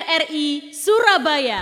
RRI Surabaya.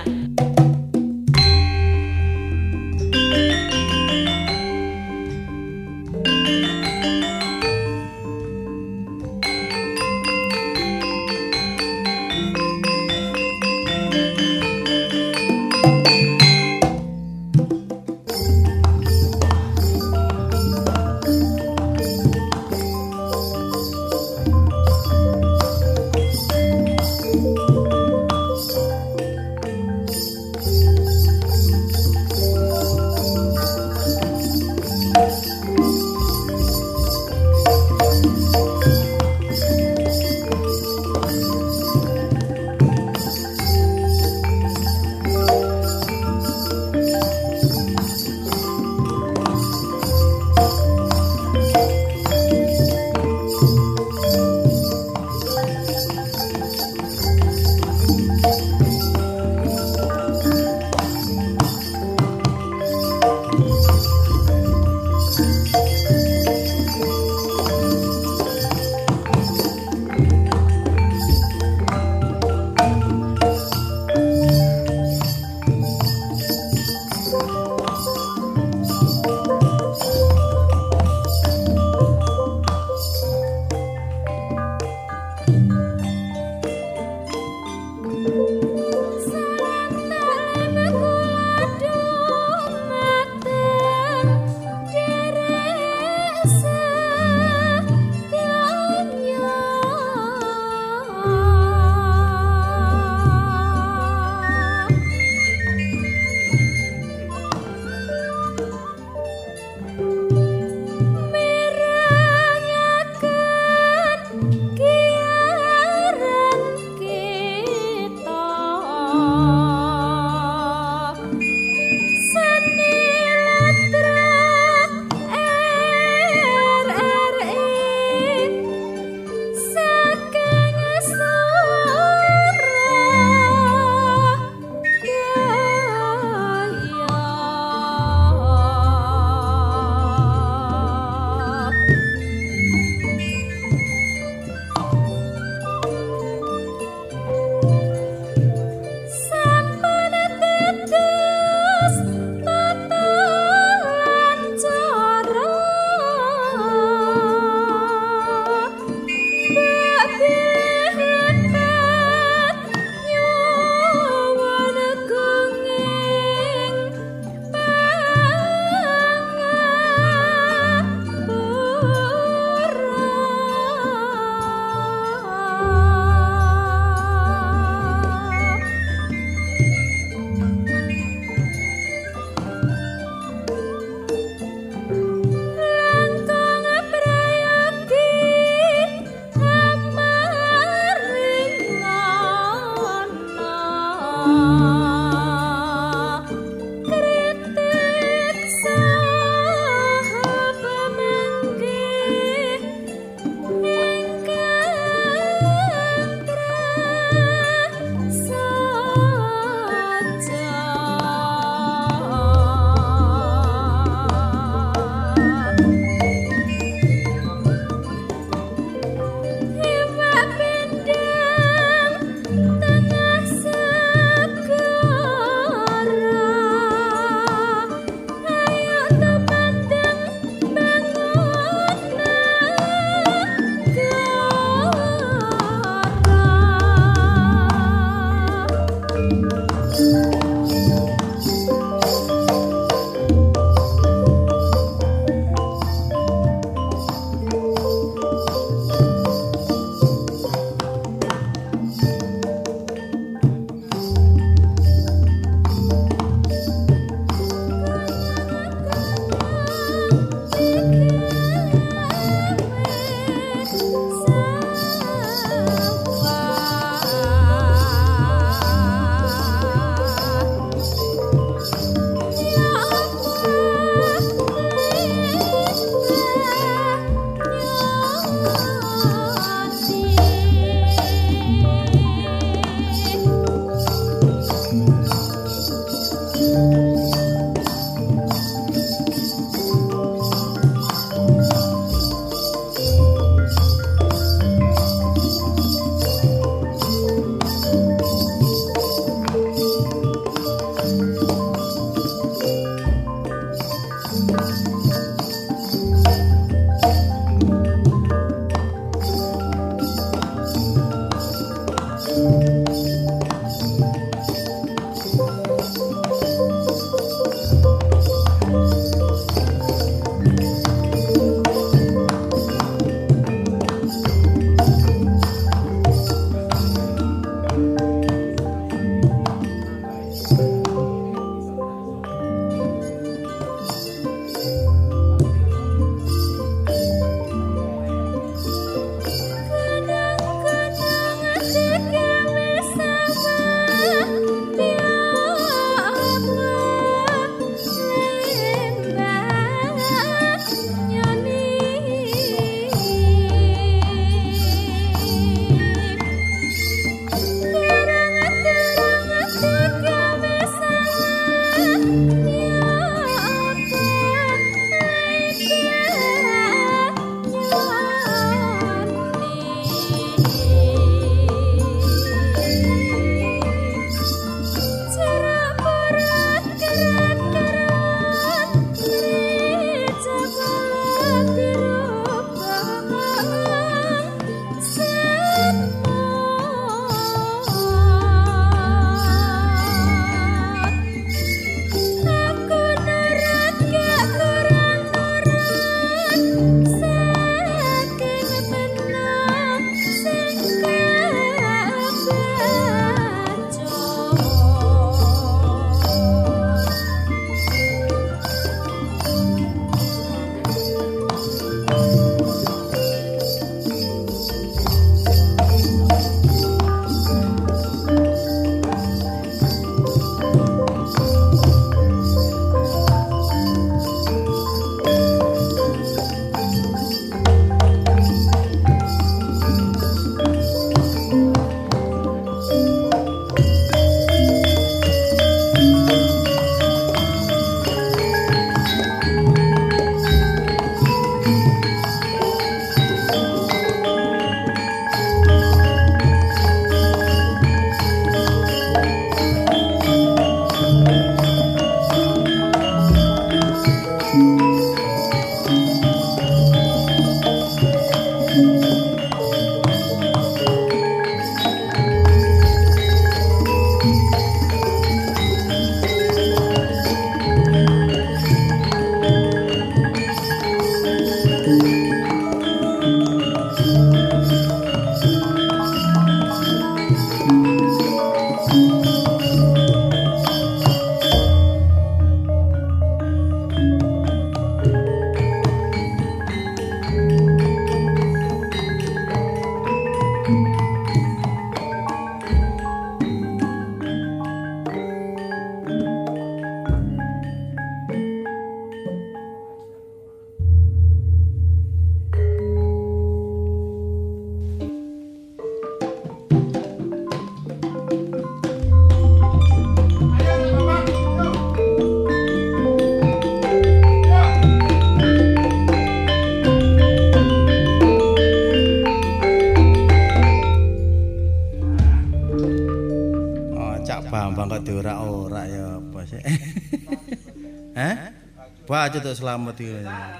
Cak Bambang kok diora-ora ya apa sih? Hah? Baca tuh selamat iki.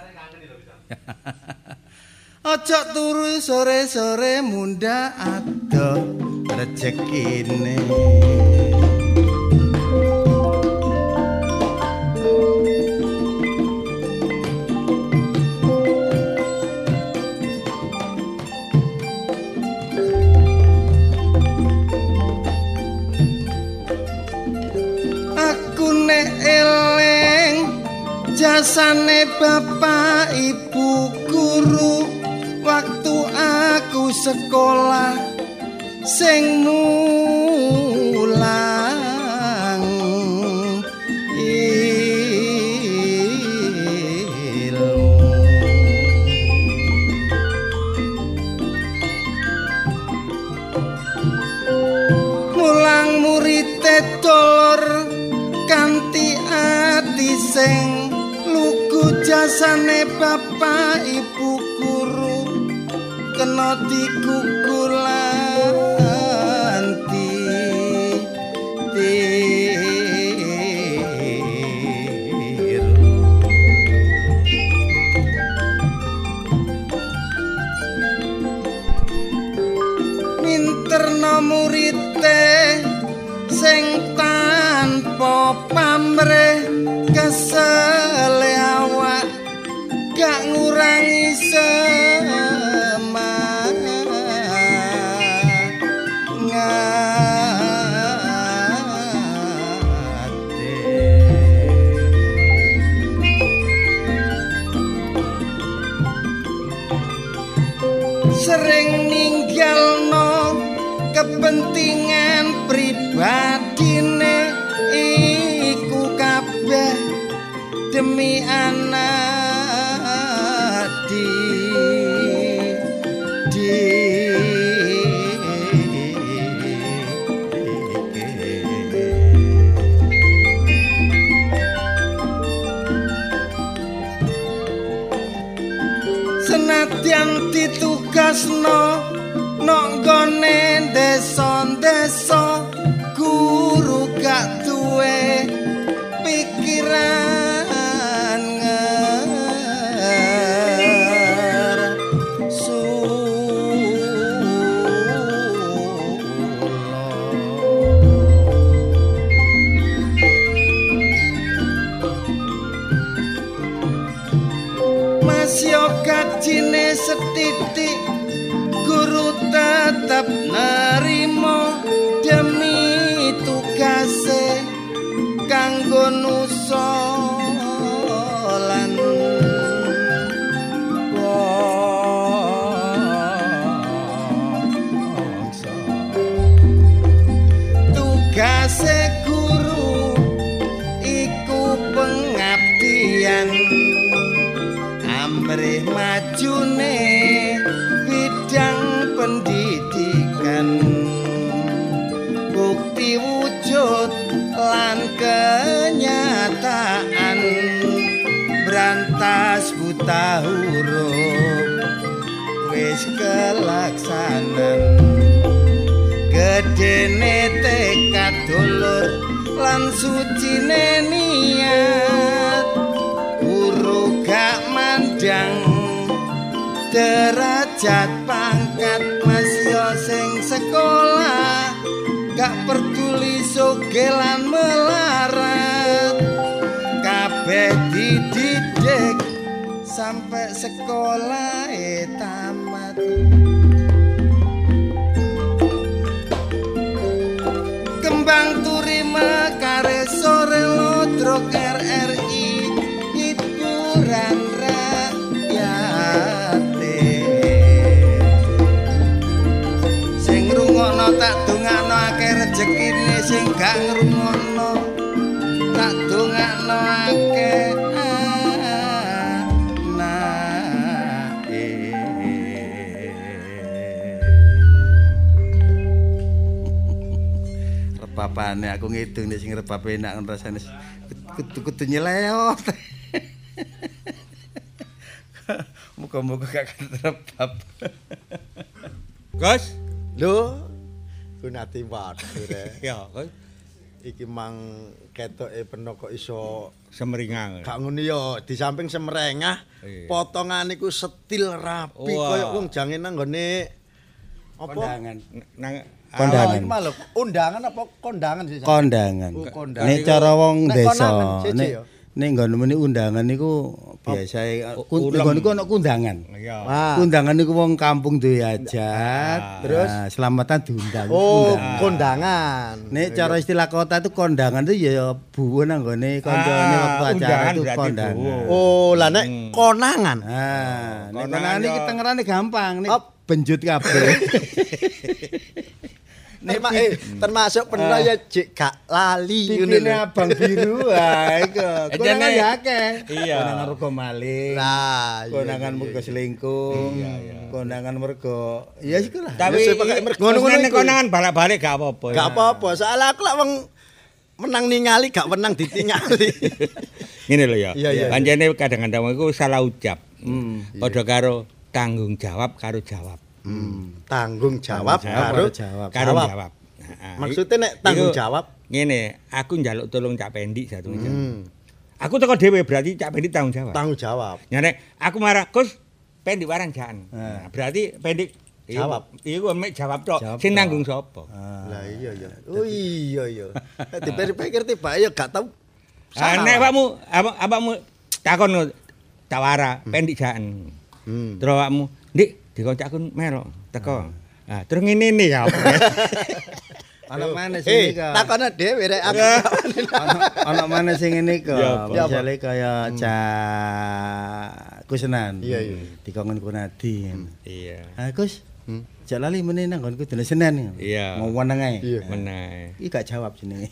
Ojo turu sore-sore munda ado rezekine. Aku nek eling jasane bapak ibu guru waktu aku sekolah sing mulang ilmu mulang murid dolor kanthi ati sing lugu jasane bapak ibu guru kena dikukulanti minterno murite sing tanpa pamrih kesele awak gak ngurangi sering ninggalno kepentingan pribadine iku kabeh demi anak senadyan ditugasno nok nggone desa-desa guru gak duwe pikiran masih gajine setitik guru tetap nerimo demi tugase kanggo nusolan bangsa tugase guru iku pengabdian amrih majune bidang pendidikan bukti wujud lan kenyataan brantas buta huruf wis kelaksanan gedene tekad dulur lan sucine niat guru gak mandang derajat pangkat masih sing sekolah gak peduli sogelan melarat kabeh dididik sampai sekolah tamat kembang turi mekare sore lodrok RRI hiburan tak dongakno akeh rejekine sing gak ngrungokno tak dongakno akeh anake repapane aku ngidung nek sing repap enak rasane kudu nyeleot muga-muga gak repap Gus lho gunati waduh ya Gus iki mang ketoke peno kok iso semringah. gak ngono ya, di samping semrengah, potongan iku setil rapi koyo wong jange nang nggone apa? Kondangan. Kondangan. Iki lho, undangan apa kondangan sih? Kondangan. Kondangan. Nek cara wong Nek desa, konangan, siji ya. nek nggon meni undangan niku biasa nggon niku ana kundangan. Iya. Kundangan niku wong kampung duwe hajat, terus selamatan diundang. Oh, kondangan. Nek cara istilah kota itu kondangan itu ya buwo nang nggone kancane waktu acara itu kondangan. Oh, lah nek konangan. Nek konangan iki tengerane gampang, nek benjut kabeh. Nek termasuk peno ya jek gak lali ngono Pipine abang biru wae iku. Konangan ya akeh. Iya. Konangan mergo maling. Lah, Konangan mergo selingkuh. Konangan mergo ya iku lah. Tapi ngono-ngono konangan balik-balik gak apa-apa. Gak apa-apa, soalnya aku lak wong menang ningali gak menang ditingali. Ngene lho ya. Iya. Pancene kadang-kadang iku salah ucap. Padha karo tanggung jawab karo jawab. Tanggung jawab karo Karo jawab. Maksudnya nek tanggung jawab ngene, aku njaluk tolong Cak Pendik satu jam. Aku teko dhewe berarti Cak Pendik tanggung jawab. tanggung jawab. Nyane aku marah, Gus, Pendik warang jaan. Nah, berarti Pendik Jawab. Iku mek jawab tok. Jawab Sing tok. nanggung sapa? Lah iya. Oh iya. Dipikir tiba ya gak tau. Nek awakmu takon tawara Pendik jaan. Terus awakmu, "Ndik, dikoncakku melok teko." Nah, terus ngene ya. Ana mana sing iki? Takone dhewe rek aku. Ana mana sing ngene kok. Ya, apa? Misale kaya Cak Kusnan. Iya. Dikongkon Kunadi. Iya. Ah Gus. Jak lali meneh nang nggonku dina Senin. Iya. Ngomong ae. Meneh. Iki gak jawab jenenge.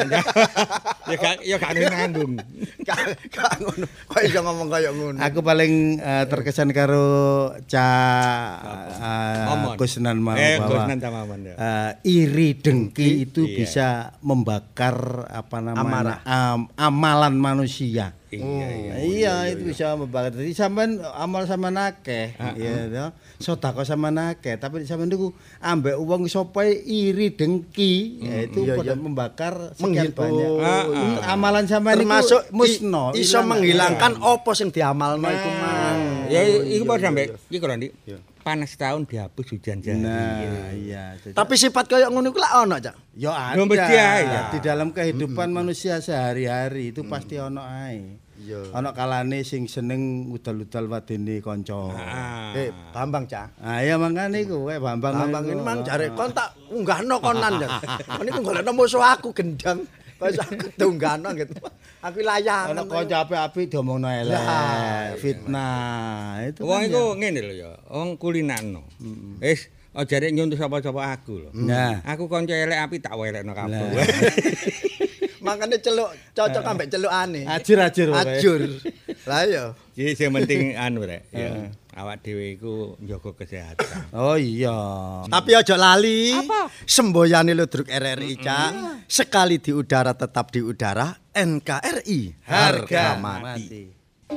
Ya gak nanggung. Gak ngono. Kok iso ngomong kaya ngono. Aku paling terkesan karo Cak Momon. Kusnan mau Kusnan bahwa Tamaman ya. iri dengki itu Iya. bisa membakar apa namanya amalan manusia. Iya, itu bisa membakar. Jadi sampean amal sama akeh, ya toh. Sedekah sama akeh, tapi sampean niku ambek wong sapa iri dengki, itu pada membakar sekian banyak. Amalan sampean niku termasuk musno. iso ilang. menghilangkan apa sing diamalno iku mang. Ya iku padha sampe iki kok Ndik. Panas tahun dihapus hujan jari. Nah, iya. Jadi- Tapi sifat kaya ngono iku lak ono, Cak. ya ada. Ya, mesti ae, ya. Di dalam kehidupan manusia sehari-hari itu pasti ono ae. Iya. Ono kalane sing seneng udal-udal wadene kanca. Bambang, Cak. Ah ya mangane iku kowe Bambang. Bambang ini mang jare kon tak unggahno konan ya. Kon iku golekno musuh aku gendang. Kok aku tunggahno gitu. Aku layangan. Ono kanca apik-apik diomongno elek, fitnah. Itu Wong kan iku ngene lho ya, wong kulinakno. Wis aja rek nyuntuh sapa-sapa aku lho. Nah. Aku kanca elek apik tak welekno kabeh. Makane celuk cocok ambek celukane. Ajur-ajur pokoke. Ajur. Lah iya. Jadi sing penting anu rek, ya. Awak dhewe iku njaga kesehatan. Oh iya. Tapi ojo lali. Semboyane Ludruk RRI, Cak. Sekali di udara tetap di udara. NKRI harga mati.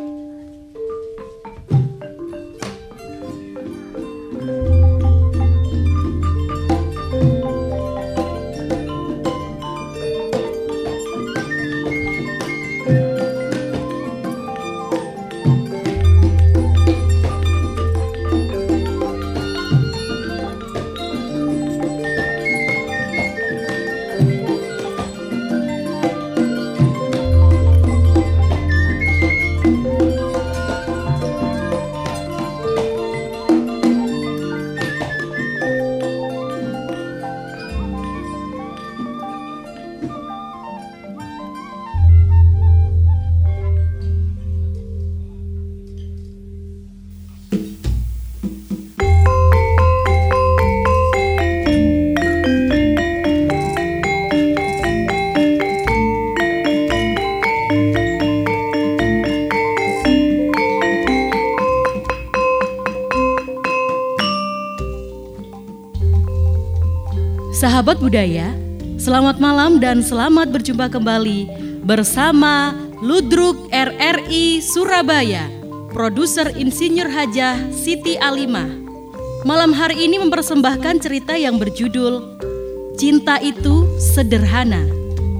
Sahabat budaya, selamat malam dan selamat berjumpa kembali bersama Ludruk RRI Surabaya, produser Insinyur Hajah Siti Alimah. Malam hari ini mempersembahkan cerita yang berjudul Cinta Itu Sederhana.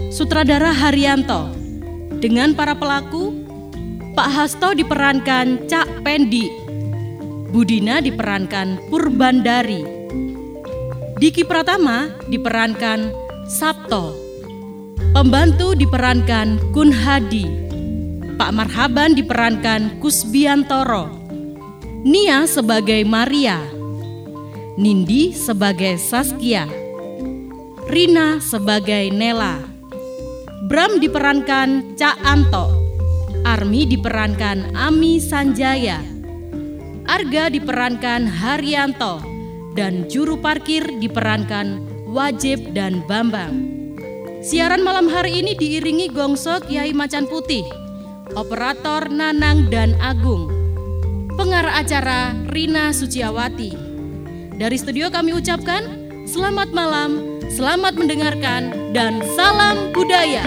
sutradara Haryanto. Dengan para pelaku, Pak Hasto diperankan Cak Pendi, Budina diperankan Purbandari, Diki Pratama diperankan Sabto, pembantu diperankan Kun Hadi, Pak Marhaban diperankan Kusbiantoro, Nia sebagai Maria, Nindi sebagai Saskia, Rina sebagai Nela, Bram diperankan Cak Anto, Armi diperankan Ami Sanjaya, Arga diperankan Haryanto, dan juru parkir diperankan Wajib dan Bambang. Siaran malam hari ini diiringi gongso Kiai Macan Putih, operator Nanang dan Agung, pengarah acara Rina Suciawati. Dari studio kami ucapkan selamat malam, selamat mendengarkan, dan salam budaya.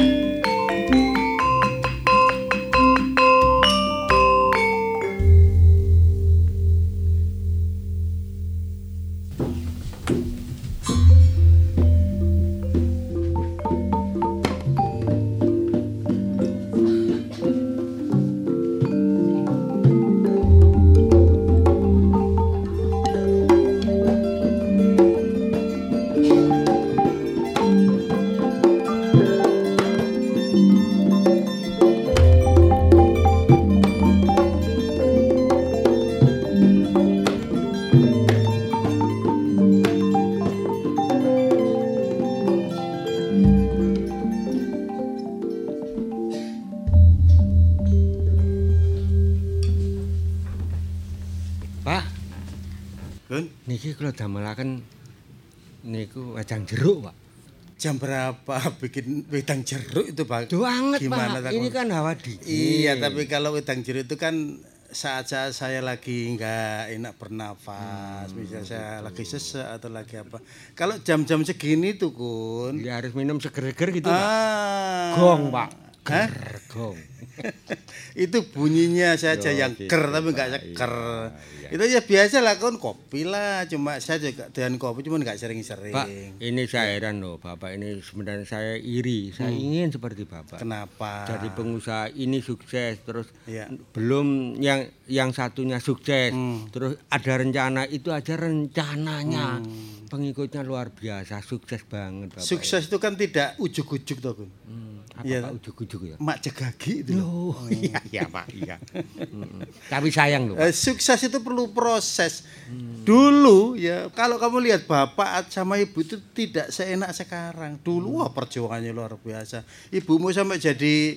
Niki kalau damelaken niku wedang jeruk, Pak. Jam berapa bikin wedang jeruk itu, Pak? Banget, Gimana, Pak. Ini kan hawa dingin. Iya, tapi kalau wedang jeruk itu kan saat-saat saya lagi nggak enak bernafas, misalnya saya lagi sesek atau lagi apa. Kalau jam-jam segini tuh, Kun, Ya harus minum seger-seger gitu, Pak. gong, Pak. Gong. Itu bunyinya saja yang gitu, ker tapi nggak seger. Itu ya biasa lah, Kun, kopi lah. Cuma saya juga dengan kopi cuma nggak sering-sering. Pak, ini saya heran loh, Bapak ini sebenarnya saya iri. Saya ingin seperti Bapak. Kenapa? Jadi pengusaha ini sukses, terus Iya. belum yang satunya sukses, terus ada rencana, itu aja rencananya. Pengikutnya luar biasa, sukses banget, Bapak. Sukses itu kan tidak ujuk-ujuk toh, Kun. Apa Iya. Pak ujuk-ujuk ya? Mak jegagi itu. Oh, iya Pak, iya. Tapi sayang loh. Sukses itu perlu proses. Dulu ya, kalau kamu lihat bapak sama ibu itu tidak seenak sekarang. Dulu wah perjuangannya luar biasa. Ibumu sampai jadi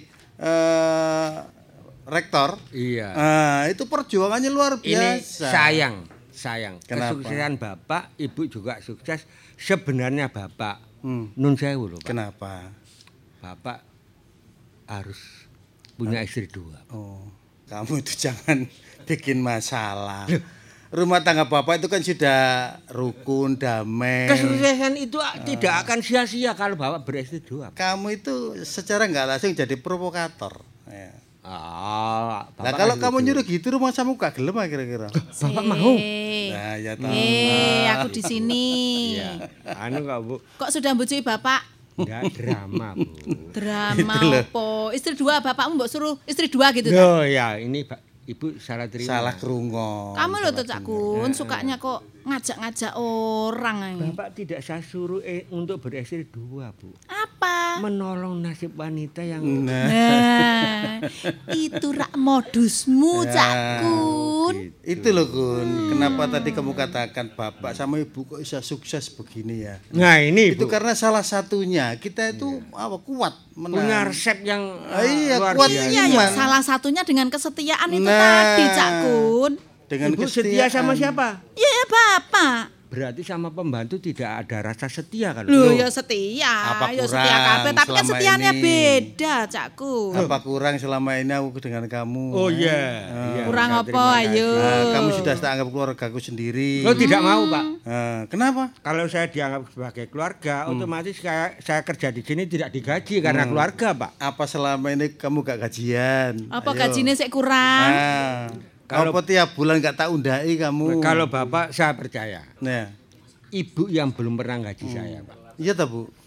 rektor. Iya. Itu perjuangannya luar Ini biasa. sayang. Kenapa? Kesuksesan Bapak, Ibu juga sukses. Sebenarnya Bapak nun sewu loh, Pak. Kenapa? Bapak harus punya istri 2. Oh, kamu itu jangan bikin masalah. Rumah tangga bapak itu kan sudah rukun, damai. Kesuksesan itu tidak akan sia-sia kalau Bapak beristri 2. Kamu itu secara nggak langsung jadi provokator. Ya. Bapak Nah kalau kan kamu gitu. nyuruh gitu rumah samu gak gelem kira-kira. Bapak mau? Nah ya tahu. Aku di sini. Iya. Anu Kak Bu, Kok sudah mbujui Bapak? enggak drama, Bu. Drama apa? Istri 2 bapakmu mbok suruh istri 2 gitu kan? Oh ya, ini Ibu salah terima. Salah kerungon. Kamu loh tuh Cak Kun, sukanya kok ngajak-ngajak orang aja. Bapak tidak saya suruh untuk beristri 2, Bu. Apa? Menolong nasib wanita yang Nah, itu rak modusmu Cak Kun. Itu loh Kun. Kenapa tadi kamu katakan bapak sama ibu kok bisa sukses begini ya? Nah, ini Itu Bu. karena salah satunya kita itu apa kuat Punya menang. resep yang Iya, luar kuat biasa. Iya, ya, Iman. salah satunya dengan kesetiaan itu Nah. tadi Cak Kun. Dengan Ibu setia sama kesetiaan. siapa? Ya Bapak. Berarti sama pembantu tidak ada rasa setia kan? Loh ya setia, Apa ya setia kurang kabeh, tapi kan selama setianya ini? beda, Cakku. Apa kurang selama ini aku dengan kamu? Oh iya. Iya, Kurang saya apa, terima kasih. ayo? Nah, kamu sudah tak anggap keluargaku sendiri. Lo tidak mau, Pak. Kenapa? Kalau saya dianggap sebagai keluarga, otomatis saya kerja di sini tidak digaji karena keluarga, Pak. Apa selama ini kamu gak gajian? Apa Ayo. gajinya sik kurang? Nah, Kalau- apa tiap bulan gak tak undai kamu? Kalau Bapak saya percaya. Nah, Ibu yang belum pernah gaji saya, Pak. iya tak Bu?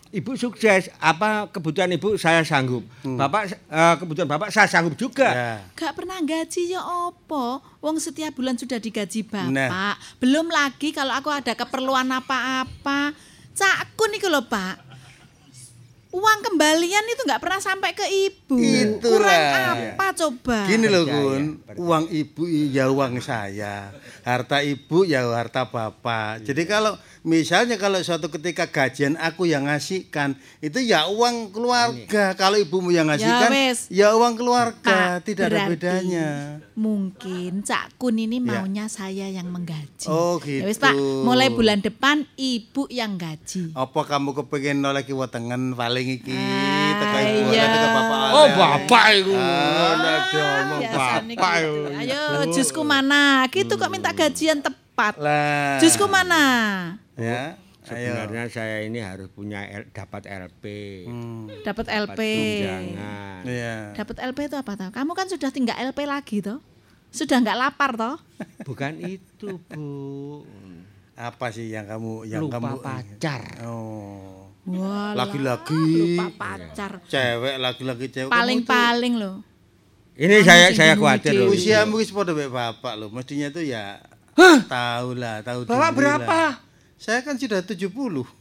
Ibu sukses, apa kebutuhan ibu saya sanggup. Bapak kebutuhan bapak saya sanggup juga. Ya. Gak pernah gaji ya opo? Wong setiap bulan sudah digaji bapak. Nah. Belum lagi kalau aku ada keperluan apa-apa. Cakun nih loh Pak. Uang kembalian itu nggak pernah sampai ke ibu. Itulah. Kurang apa coba? Gini loh Gun, uang ibu ya uang saya, harta ibu ya harta bapak. Jadi kalau misalnya kalau suatu ketika gajian aku yang ngasihkan, itu ya uang keluarga. Kalau ibumu yang ngasihkan, ya uang keluarga, Pak, tidak ada berarti bedanya. Mungkin Cak Kun ini maunya saya yang menggaji. Oh gitu. Ya wis Pak, mulai bulan depan ibu yang gaji. Apa kamu kepengen noleh kiwa tengen paling iki teka ibu iya. teka bapak. Oh bapak itu. Biasanya Bapak gitu. itu. Ayo jusku mana? Gitu kok minta gajian tepat. Lah. Jusku mana? Ya. Sebenarnya saya ini harus punya dapat LP. Dapat Dapat LP. tunjangan. Iya. Dapat LP itu apa toh? Kamu kan sudah tinggal LP lagi toh? Sudah nggak lapar toh? Bukan itu, Bu. Apa sih yang kamu Lupa pacar. Oh. Wah, Laki-laki. lupa pacar. Cewek laki-laki cewek. Paling-paling loh. Ini saya khawatir loh. Usiamu wis padha mek bapak loh. Mestinya tuh ya tahu lah, tahu Bapak diri berapa? lah. Saya kan sudah 70.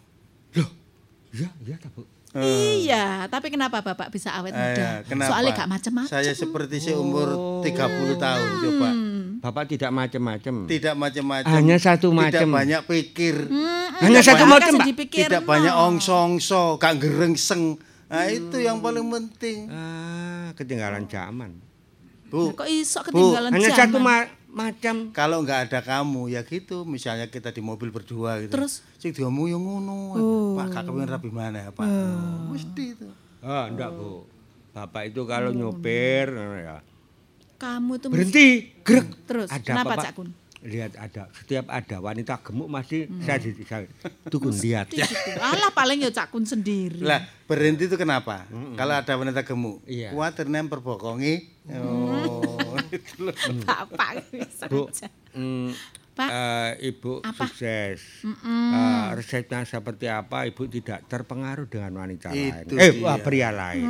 Iya, tak, Bu. Iya, tapi kenapa Bapak bisa awet muda? Kenapa? Soalnya gak macem-macem. Saya seperti seumur 30 tahun coba. Bapak tidak macam-macam. Tidak macam-macam. Hanya satu Tidak macam. banyak pikir. Hanya satu macam, Pak. Tidak banyak ongso-ongso, gak gerengseng. Nah, itu yang paling penting. Ketinggalan zaman. Bu, Kok iso ketinggalan Hanya zaman? satu macam. kalau nggak ada kamu ya gitu, misalnya kita di mobil berdua gitu. Terus? Sing diomu yang ngono. Pak, gak kepengen rapi mana ya, Pak? Mesti itu. Enggak, Bu. Bapak itu kalau nyopir ya. Kamu tuh Berhenti, grek. Terus, Ada kenapa apa, Pak? Cak Kun? Lihat setiap ada wanita gemuk masih saya tukun lihat. Alah paling ya Cak Kun sendiri. Lah, berhenti itu kenapa? Kalau ada wanita gemuk. Iya. Kuatir nemper bokongi. Oh, itu loh. Bapak bisa Bu, aja. Pak, Pak, Ibu apa? sukses. Resepnya seperti apa? Ibu tidak terpengaruh dengan wanita Itu lain. dia. Pria lain.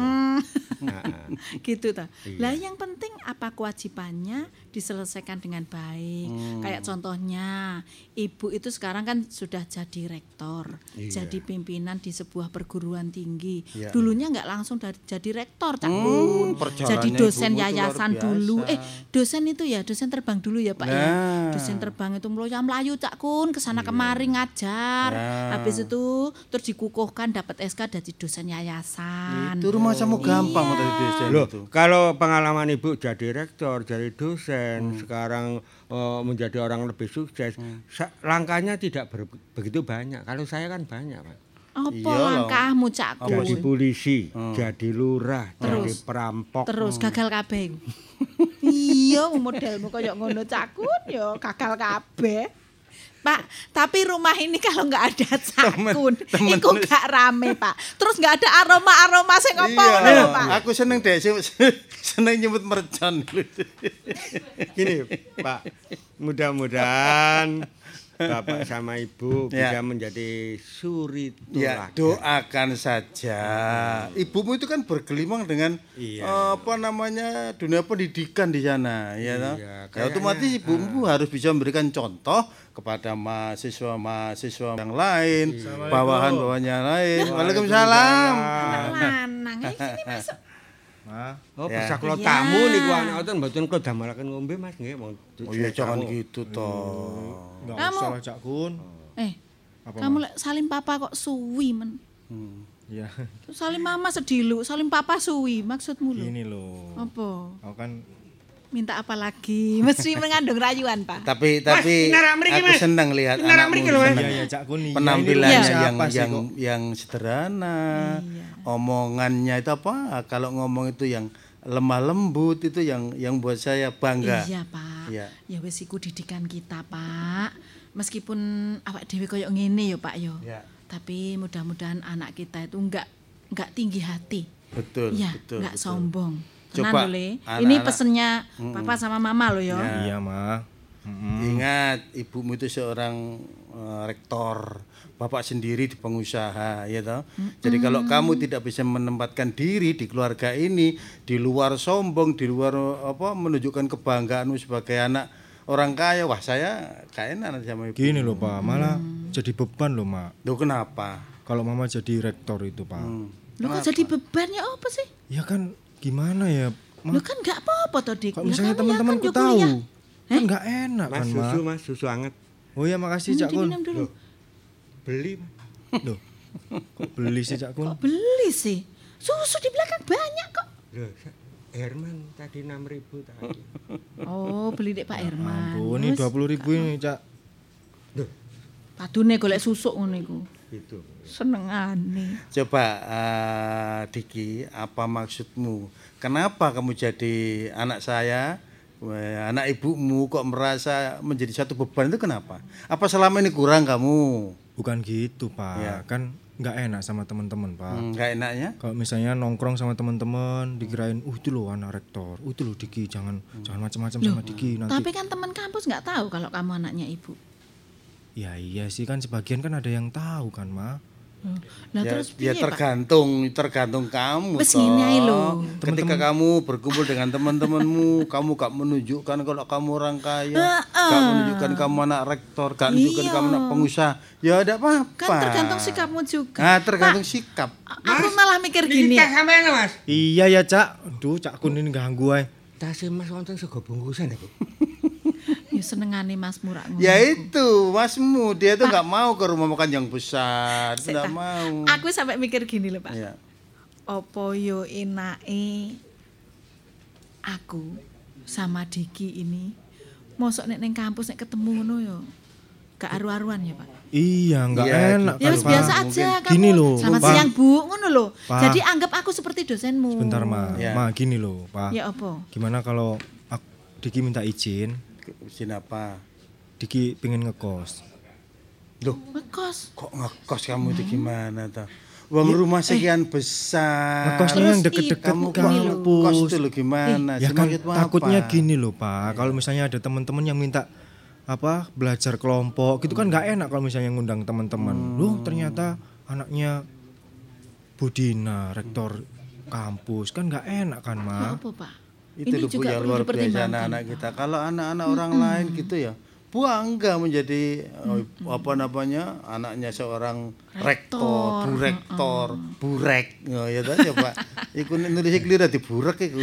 gitu ta. Lah yang penting apa kewajibannya diselesaikan dengan baik. Kayak contohnya, ibu itu sekarang kan sudah jadi rektor, jadi pimpinan di sebuah perguruan tinggi. Iya. Dulunya nggak langsung jadi rektor, Cak Kun. perjalanannya Jadi dosen ibumu tuh yayasan luar dulu. biasa. Dosen itu ya, dosen terbang dulu ya, Pak ya. Nah. Dosen terbang itu melayu Cak Kun, kesana kemari ngajar. Nah. Habis itu terus dikukuhkan dapat SK dari dosen yayasan. Itu rumah kamu gampang Iya. dari dosen Loh, itu. kalau pengalaman Ibu jadi rektor, jadi dosen, sekarang menjadi orang lebih sukses, langkahnya tidak begitu banyak. Kalau saya kan banyak, Pak. Apa Iya loh. langkahmu Cak Kun? Jadi polisi, jadi lurah, jadi Terus? perampok. Terus gagal kabeh. Iya, modelmu koyo ngono Cak Kun ya gagal kabeh. Pak, tapi rumah ini kalau nggak ada Cak Kun, iku gak rame, Pak. Terus nggak ada aroma-aroma sing apa Iya, ngono, Pak. aku seneng deh, seneng nyebut mercon. Gini, Pak, mudah-mudahan Bapak sama Ibu bisa Ya. menjadi suri Ya, tuladan. doakan saja. Ibumu itu kan bergelimang dengan apa namanya dunia pendidikan di sana, ya toh. Ya, kayaknya, otomatis ibumu harus bisa memberikan contoh kepada mahasiswa yang lain, bawahan-bawahannya lain. Waalaikumsalam. Lanang iki masuk. Oh, Ya. bisa kalau Iya. tamu niku anak ngoten mboten kula damelaken ngombe Mas nggih. Oh iya, jangan gitu toh. Enggak Kamu- usah lah Cak Kun. Kamu lek salim papa kok suwi men. Ya, Salim mama sedilu, salim papa suwi maksudmu lho. gini loh. Apa? Aku kan Minta apa lagi? Mesti mengandung rayuan, Pak. Tapi narak mriki, aku Mas. senang lihat Narak mriki lho, anakmu iya senang. ya Cak Kun. Penampilannya Iya. Siapa sih kok? yang sederhana, omongannya itu apa? Kalau ngomong itu yang lemah lembut itu yang buat saya bangga. Iya, Pak. Iya. Ya wis iku didikan kita, Pak. Meskipun awak dhewe koyo ngene ya, Pak yo. Ya. Tapi mudah-mudahan anak kita itu enggak tinggi hati. Betul, Iya, betul. enggak betul. sombong. Tenan Coba lho, Le. Ini anak-anak- pesennya Papa sama Mama lo ya. Iya, Ma. Ingat, ibumu itu seorang rektor, Bapak sendiri di pengusaha, ya toh. Jadi kalau kamu tidak bisa menempatkan diri di keluarga ini, di luar sombong, di luar menunjukkan kebanggaanmu sebagai anak orang kaya, wah saya kayaknya sama ibu. Gini loh Pak, malah jadi beban loh Mak. Loh kenapa? Kalau Mama jadi rektor itu Pak. Loh kok jadi bebannya apa sih? Ya kan gimana ya? Loh kan nggak apa-apa toh Dik. Kalau misalnya teman-temanku tahu, kan nggak enak kan Mas, susu anget. Oh ya makasih Cak Kun. Diminum dulu. Beli. Loh, kok beli sih Cak Kun? Kok beli sih? Susu di belakang banyak kok. Loh, Herman tadi 6.000 tadi. Oh, beli dek Pak Herman. Ampun, ini 20.000 ini Cak. Loh, Padune golek susuk ngono iku. itu. Senengane. Coba Diki, apa maksudmu? Kenapa kamu jadi anak saya, anak ibumu kok merasa menjadi satu beban itu kenapa? Apa selama ini kurang kamu? Bukan gitu Pak, Ya. kan nggak enak sama teman-teman Pak. Nggak enaknya? Kalau misalnya nongkrong sama teman-teman, dikirain, itu loh anak rektor, itu loh Diki, jangan macam-macam sama Diki nanti. Tapi kan teman kampus nggak tahu kalau kamu anaknya ibu. Ya iya sih kan sebagian kan ada yang tahu kan Ma. Lah Ya, terus piye, Pak? tergantung kamu Wes toh. ngene ae lho. Ketika kamu berkumpul dengan teman-temanmu, kamu gak menunjukkan kalau kamu orang kaya, gak menunjukkan kamu anak rektor, gak menunjukkan kamu anak pengusaha, ya ada apa-apa. Kan tergantung sikapmu juga. Nah, tergantung sikap. Aku malah mikir gini. Tas sampean Mas. Iya ya Cak, aduh Cak Kun ini ganggu ae. Tas Mas wonten sego bungkusan iku. Ya senengane Mas Murak ngono. Ya itu, masmu dia tuh nggak mau ke rumah makan yang besar, nggak mau. Aku sampai mikir gini loh Pak. Ya. Opo yo enake aku sama Diki ini mosok nek ning kampus nek ketemu ngono yo gak aru-aruan ya Pak. Iya, nggak Iya, enak Ya kan wis Pak. biasa aja kamu. Gini loh, Selamat Pak. siang Bu, ngono loh. Pak. Jadi anggap aku seperti dosenmu. Sebentar Ma, Ya. Ma gini loh Pak. Ya apa? Gimana kalau Diki minta izin, Izin apa? Diki pengen ngekos. Loh, Ngekos. kok ngekos kamu itu gimana tuh? Uang rumah sekian besar. Ngekosnya yang Terus deket-deket kamu kampus. kos itu loh gimana? Ya sih? kan Maksudmu takutnya apa? gini loh Pak, kalau misalnya ada teman-teman yang minta belajar kelompok gitu kan nggak enak kalau misalnya ngundang teman-teman. Loh ternyata anaknya Budina, rektor kampus kan nggak enak kan Ya Ma. apa Pak? Itu Ini loh Bu juga yang perlu luar biasa dipertimbangkan. anak-anak kita. Kalau anak-anak orang lain gitu ya, bangga menjadi apa namanya anaknya seorang rektor, bu rektor, burek, ya toh coba. Iku nulisnya keliru di burek iku.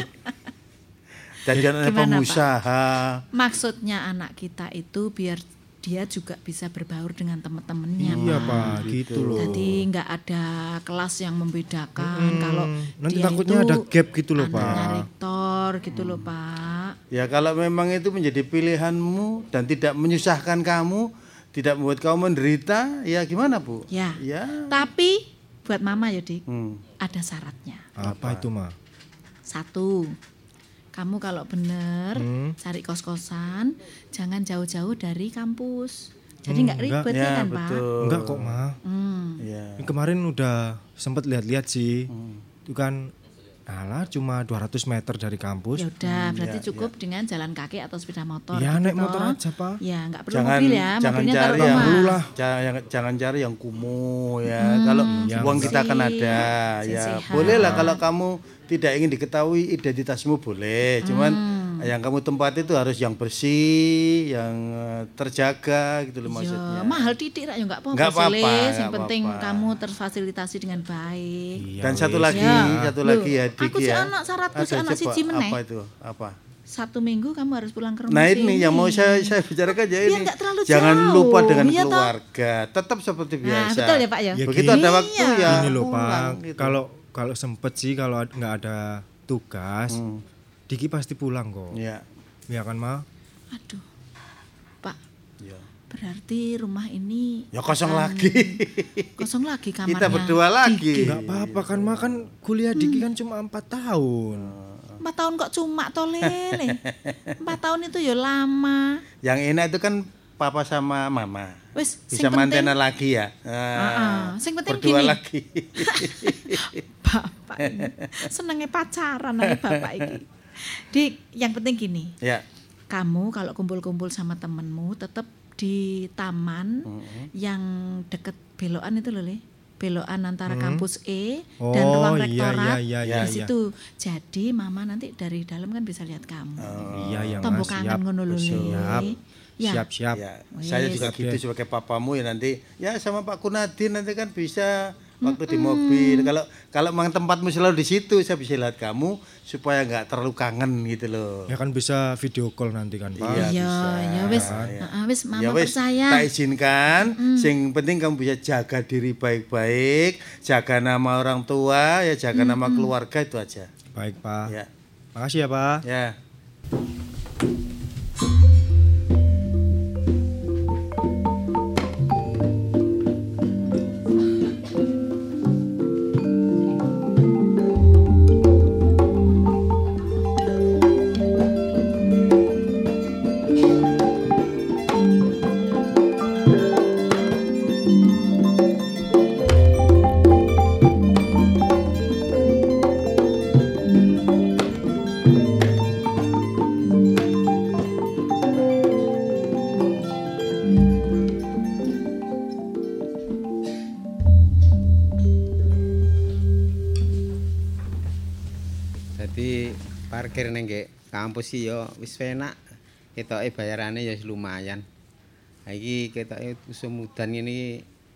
Dan jangan Gimana, pengusaha. Maksudnya anak kita itu biar dia juga bisa berbaur dengan teman-temannya. Iya Pak. Pak, gitu loh. Jadi nggak ada kelas yang membedakan kalau Nanti dia takutnya itu ada gap gitu loh, anaknya Pak. rektor gitu loh Pak. Ya kalau memang itu menjadi pilihanmu dan tidak menyusahkan kamu, tidak membuat kamu menderita, ya gimana Bu? Ya. Ya. Tapi buat Mama ya Dik, Hmm. ada syaratnya. Apa itu Ma? 1, kamu kalau bener cari kos-kosan, jangan jauh-jauh dari kampus. Jadi nggak ribet ya, Ya kan Pak? betul. Enggak kok Ma. Ya. Ini kemarin udah sempet lihat-lihat sih. Itu kan cuma 200 meter dari kampus. Ya udah, berarti cukup dengan jalan kaki atau sepeda motor. Ya gitu naik motor toh. aja Pak. Ya nggak perlu Jangan mobil ya, jangan mobilnya taruh cari yang rumah. jangan cari yang kumuh ya. Kalau uang kita kan ada yang ya. sehat. Boleh lah kalau kamu tidak ingin diketahui identitasmu boleh. Cuman yang kamu tempati itu harus yang bersih, yang terjaga gitu loh maksudnya. Ya, mahal titik ya nggak apa-apa. Nggak apa-apa, Silis. nggak Yang penting apa-apa. kamu terfasilitasi dengan baik. Iya, Dan satu wis. lagi, Ya. satu lagi Loh, ya aku Diki si ya. anak syaratku si Ada, anak coba, siji meneh. Apa itu? Apa? 1 minggu kamu harus pulang ke rumah Nah sini. ini yang mau saya bicarakan ya ini. nggak terlalu Jangan jauh. lupa dengan Iya toh? keluarga. Tetap seperti Nah, biasa. betul ya Pak ya? Ya, Begitu gini. ada waktu ya. Gini loh pulang, Pak, gitu. kalau sempet sih kalau nggak ada tugas, Diki pasti pulang kok. Ya. Ya kan Ma? Aduh. Pak, Ya. berarti rumah ini Ya kosong akan- lagi. Kosong lagi kamarnya. Kita berdua lagi. Nggak apa-apa kan Ma, kan kuliah Diki kan cuma 4 tahun. 4 tahun kok cuma toh Lele. 4 tahun itu ya lama. Yang enak itu kan papa sama mama. Wis, Bisa sing penting mantenan lagi ya. Sing penting berdua gini. lagi. Bapak ini senengnya pacaran nih bapak ini. Dik, yang penting gini. Ya. Kamu kalau kumpul-kumpul sama temenmu tetap di taman yang deket belokan itu loh, Le. Belokan antara kampus E dan ruang rektorat di situ. Jadi mama nanti dari dalam kan bisa lihat kamu. Iya, Tombok kangen ngono lho, Le. Siap. Ya, saya juga gitu sebagai papamu ya nanti ya sama Pak Kunadin nanti kan bisa waktu di mobil. Kalau memang tempatmu selalu di situ saya bisa lihat kamu supaya nggak terlalu kangen gitu loh. Ya kan bisa video call nanti kan, Pak. Iya, wis mama percaya. Tak izinkan, sing penting kamu bisa jaga diri baik-baik, jaga nama orang tua, ya jaga nama keluarga itu aja. Baik, Pak. Ya. Makasih ya, Pak. Ya. Parkir ning kampus iki yo wis enak. Ketoke bayarane ya lumayan. Ha iki ketoke mudan ngene iki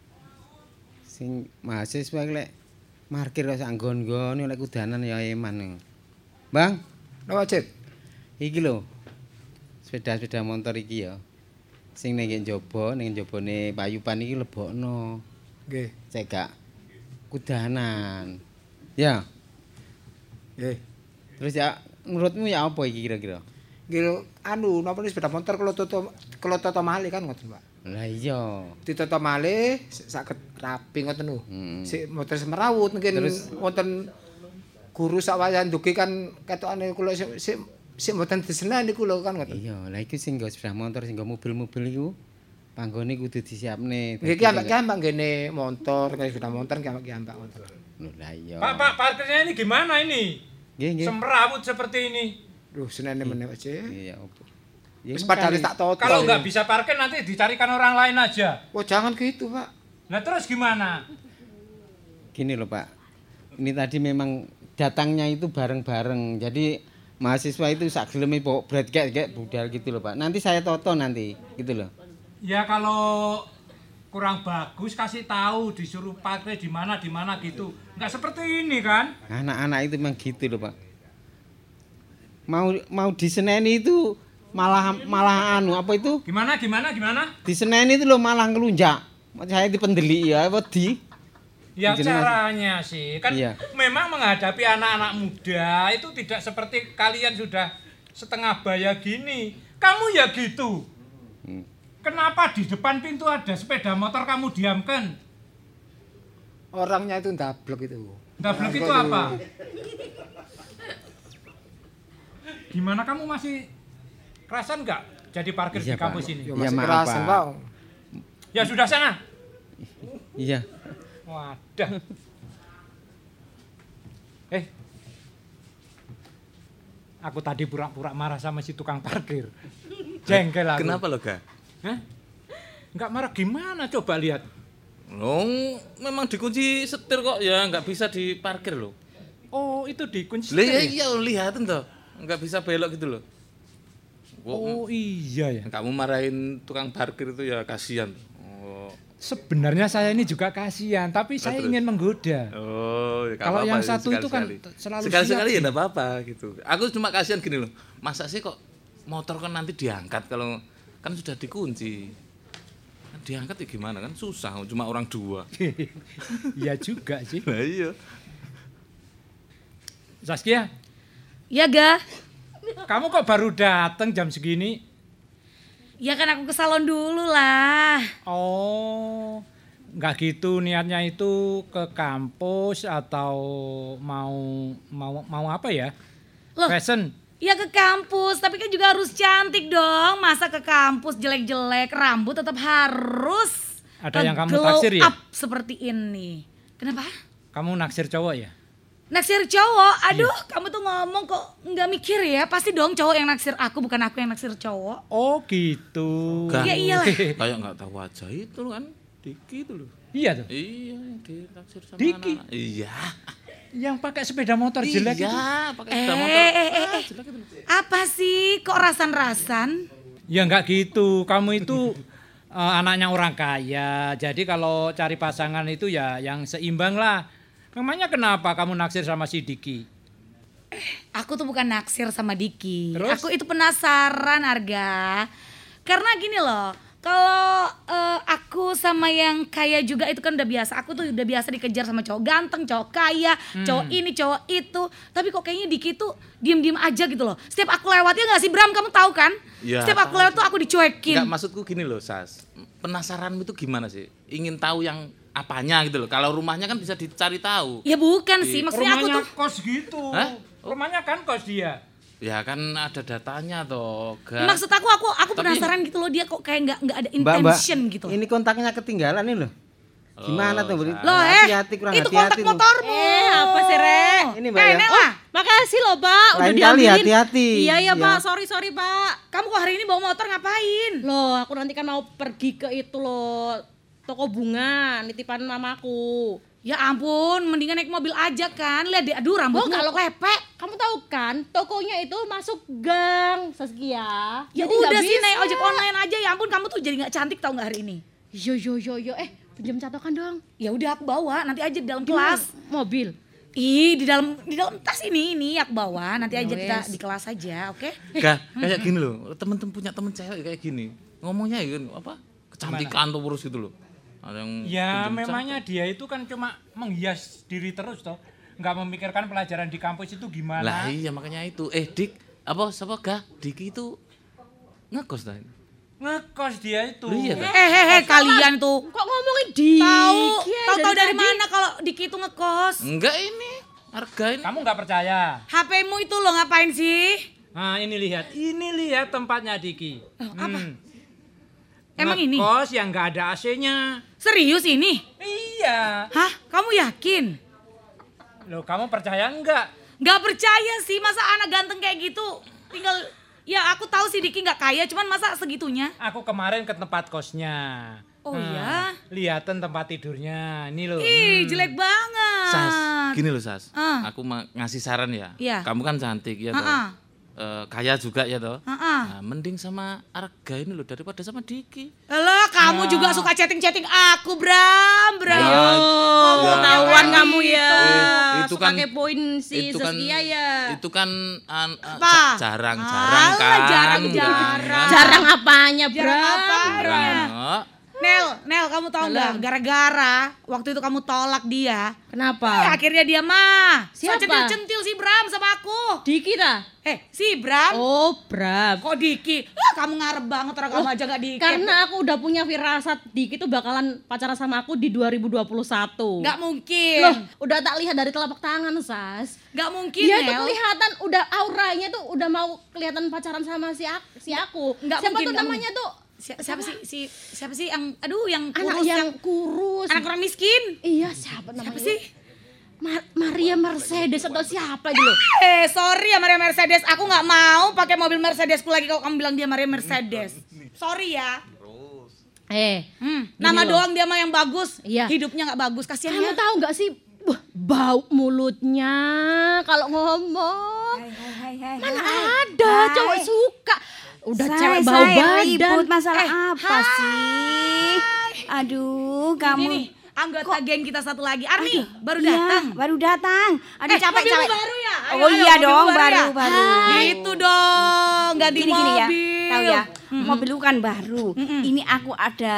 sing mahasiswa lek parkir kok sak nggon-nggon lek kudanan ya eman. Bang, napa Cip? Iki lho. Sepeda-sepeda motor iki ya. Sing ning njabane payupan iki lebokno. Nggih. Cek gak kudanan. Ya. Nggih. Terus ya menurutmu ya apa iki kira-kira? Nggih napa sepeda motor kalau toto malih kan ngoten, Pak. Lah iya. Ditoto malih saged rapi ngoten lho. Sik motor semerawut mungkin wonten guru sak wayah ndugi kan ketokane kula sik mboten diseneni kula kan ngoten. Iya, lah iki sing nggo sepeda motor sing nggo mobil-mobil iku panggone kudu disiapne. Nggih kiambak ngene motor, sepeda motor kiambak ngoten. Lah iya. Pak, parkirnya ini gimana ini? Nggih. Semrawut seperti ini. Duh, senene meneh, Pak. Iya, opo. Wis padahal tak toto. Kalau nggak bisa parkir nanti dicarikan orang lain aja. Oh, jangan gitu, Pak. Nah, terus gimana? Gini loh, Pak. Ini tadi memang datangnya itu bareng-bareng. Jadi mahasiswa itu sak geleme berat kayak budal gitu loh, Pak. Nanti saya toto nanti, gitu loh. Ya kalau kurang bagus kasih tahu, disuruh parkir di mana gitu. Enggak seperti ini kan? Anak-anak itu memang gitu loh, Pak. Mau diseneni itu malah anu apa itu? Gimana? Diseneni itu loh malah ngelunjak. Saya dipendeli ya, wedi. Ya caranya sih kan iya. Memang menghadapi anak-anak muda itu tidak seperti kalian sudah setengah baya gini. Kamu ya gitu. Kenapa di depan pintu ada sepeda motor kamu diamkan? Orangnya itu ndablek itu. Ndablek itu apa? Gimana kamu masih kerasan nggak jadi parkir di kampus ini? Ya maaf, kerasan, Pak. Ya sudah sana. Iya. Wadah. Aku tadi pura-pura marah sama si tukang parkir. Jengkel aku. Kenapa lo, Ga? Hah? Enggak marah gimana? Coba lihat. Memang dikunci setir kok ya, nggak bisa diparkir loh. Oh, itu dikunci setir. Lah iya, lihatin toh. Nggak bisa belok gitu loh. Oh, iya ya. Kamu marahin tukang parkir itu ya kasihan. Sebenarnya saya ini juga kasihan, tapi saya ingin menggoda. Oh, ya kalau yang satu itu kan selalu sekali-sekali ya enggak apa-apa gitu. Aku cuma kasihan gini loh. Masa sih kok motor kan nanti diangkat kalau kan sudah dikunci. Kan diangkat ya gimana kan susah, cuma orang dua. Iya juga sih. Nah, iya. Saskia? Iya, Ga. Kamu kok baru datang jam segini? Ya kan aku ke salon dulu lah. Oh, nggak gitu niatnya itu ke kampus atau mau apa ya? Loh, fashion? Iya ke kampus, tapi kan juga harus cantik dong. Masa ke kampus jelek-jelek, rambut tetap harus ada yang kamu taksir ya? Up seperti ini. Kenapa? Kamu naksir cowok ya? Naksir cowok, aduh kamu tuh ngomong kok nggak mikir ya, pasti dong cowok yang naksir aku, bukan aku yang naksir cowok. Oh gitu. Ya iyalah. Kayak nggak tahu aja itu kan, Diki itu loh. Iya tuh. Iya, yang ditaksir sama Diki? anak. Iya. Yang pakai sepeda motor jelek itu. Iya, pakai sepeda motor. Jelek itu. Apa sih kok rasan-rasan? Ya nggak gitu, kamu itu anaknya orang kaya, jadi kalau cari pasangan itu ya yang seimbang lah. Memangnya kenapa kamu naksir sama si Diki? Aku tuh bukan naksir sama Diki. Terus? Aku itu penasaran, Arga. Karena gini loh, kalau aku sama yang kaya juga itu kan udah biasa. Aku tuh udah biasa dikejar sama cowok ganteng, cowok kaya, cowok ini, cowok itu. Tapi kok kayaknya Diki tuh diem-diem aja gitu loh. Setiap aku lewat, ya gak sih Bram, kamu tahu kan? Ya, Setiap aku lewat tuh aku dicuekin. Enggak, maksudku gini loh, Sas. Penasaranmu itu gimana sih? Ingin tahu yang apanya gitu loh. Kalau rumahnya kan bisa dicari tahu. Ya bukan sih, maksudnya aku Rumahnya tuh kos gitu. Hah? Rumahnya kan kos dia. Ya kan ada datanya toh. maksud aku penasaran gitu loh, dia kok kayak nggak ada Mbak, intention gitu. Ini kontaknya ketinggalan nih loh. Gimana tuh, Bri? Loh, Hati-hati, kurang itu hati-hati. kontak motormu. Apa sih, Re? Ini Mbak ya. Nela, Makasih loh, Pak. Udah Lain kali diambilin. hati-hati. Iya, Ya. Pak. Sorry, Pak. kamu kok hari ini bawa motor ngapain? Loh, aku nanti kan mau pergi ke itu loh, toko bunga, nitipan mamaku. Ya ampun, mendingan naik mobil aja kan. Lihat deh, aduh rambutmu kalau lepek. Kamu tahu kan, tokonya itu masuk gang, Saskia. Ya Jadi udah nggak sih bisa. naik ojek online aja. Ya ampun, kamu tuh jadi nggak cantik tau nggak hari ini? Yo, pinjam catokan dong. Ya udah aku bawa, nanti aja di dalam Kelas kelas. mobil. Ih, di dalam tas ini aku bawa. Nanti aja Ya kita wes. di kelas aja, oke? Kayak gini loh. Temen-temen punya temen cewek kayak gini. Ngomongnya ya apa? Kecantikan tuh terus gitu loh. Ada yang Ya pinjem memangnya cakep. dia itu kan cuma menghias diri terus toh. Nggak memikirkan pelajaran di kampus itu gimana. Lah iya makanya itu. Dik, apa siapa Gah? Diki itu ngekos dah. Ngekos dia itu. Lu iya, Kak? Kalian tuh Kok ngomongin Diki? tahu dari mana kalau Diki itu ngekos? Enggak ini. Hargain. Kamu nggak percaya? HP-mu itu lo ngapain sih? Nah ini lihat tempatnya Diki. Apa? Emang ini? Ngekos yang nggak ada AC-nya. Serius ini? Iya. Hah? Kamu yakin? Loh kamu percaya enggak? Gak percaya sih, masa anak ganteng kayak gitu tinggal, ya aku tahu sih Diki gak kaya, cuman masa segitunya? Aku kemarin ke tempat kosnya. Oh ya? Lihatan tempat tidurnya. Ini loh. Ih, jelek banget. Sas, gini loh Sas. Ah. Aku ngasih saran ya. Iya. Kamu kan cantik ya toh. Kaya juga ya toh. Nah, mending sama Arga ini loh daripada sama Diki. Alah, kamu juga suka chatting-chatting aku, Bram. Ketahuan kamu ya. Itu Suka kan kepoin si itu kan Saskia ya. itu kan Apa? jarang-jarang kan. jarang-jarang. Jarang apanya, Bram? Jarang. Nel, kamu tahu nggak? Gara-gara waktu itu kamu tolak dia. Kenapa? Akhirnya dia mah. Siapa? So centil-centil si Bram sama aku. Diki dah. Si Bram. Oh, Bram. Kok Diki? Kamu ngarep banget orang kamu aja gak Diki. Karena aku udah punya firasat Diki tuh bakalan pacaran sama aku di 2021. Nggak mungkin. Loh, udah tak lihat dari telapak tangan, Sas. Nggak mungkin, Dia tuh Nel. kelihatan udah auranya tuh udah mau kelihatan pacaran sama si aku. Nggak Siapa mungkin, tuh nggak namanya tuh? Siapa sih yang yang Anak kurus yang kurus. anak orang miskin? Iya, siapa namanya? Siapa sih? Maria Mercedes atau siapa gitu loh. Sorry ya Maria Mercedes, aku nggak mau pakai mobil Mercedesku lagi kalau kamu bilang dia Maria Mercedes. Sorry ya. Nama loh. doang dia mah yang bagus. Iya. Hidupnya nggak bagus, kasihan Kamu ya. tahu nggak sih? Bau mulutnya kalau ngomong. Mana ada cowok suka. Udah cewek bau badan. Ribut masalah apa sih? Aduh, kamu. Ini anggota geng kita satu lagi, Arni, baru Iya, datang. baru datang. Aduh capek. Mobilmu baru ya? Ayo, Oh ayo, iya mobilmu dong, baru. baru. Gitu dong, ganti Gini ya. mobil. Tahu ya, mobilku kan baru. Ini aku ada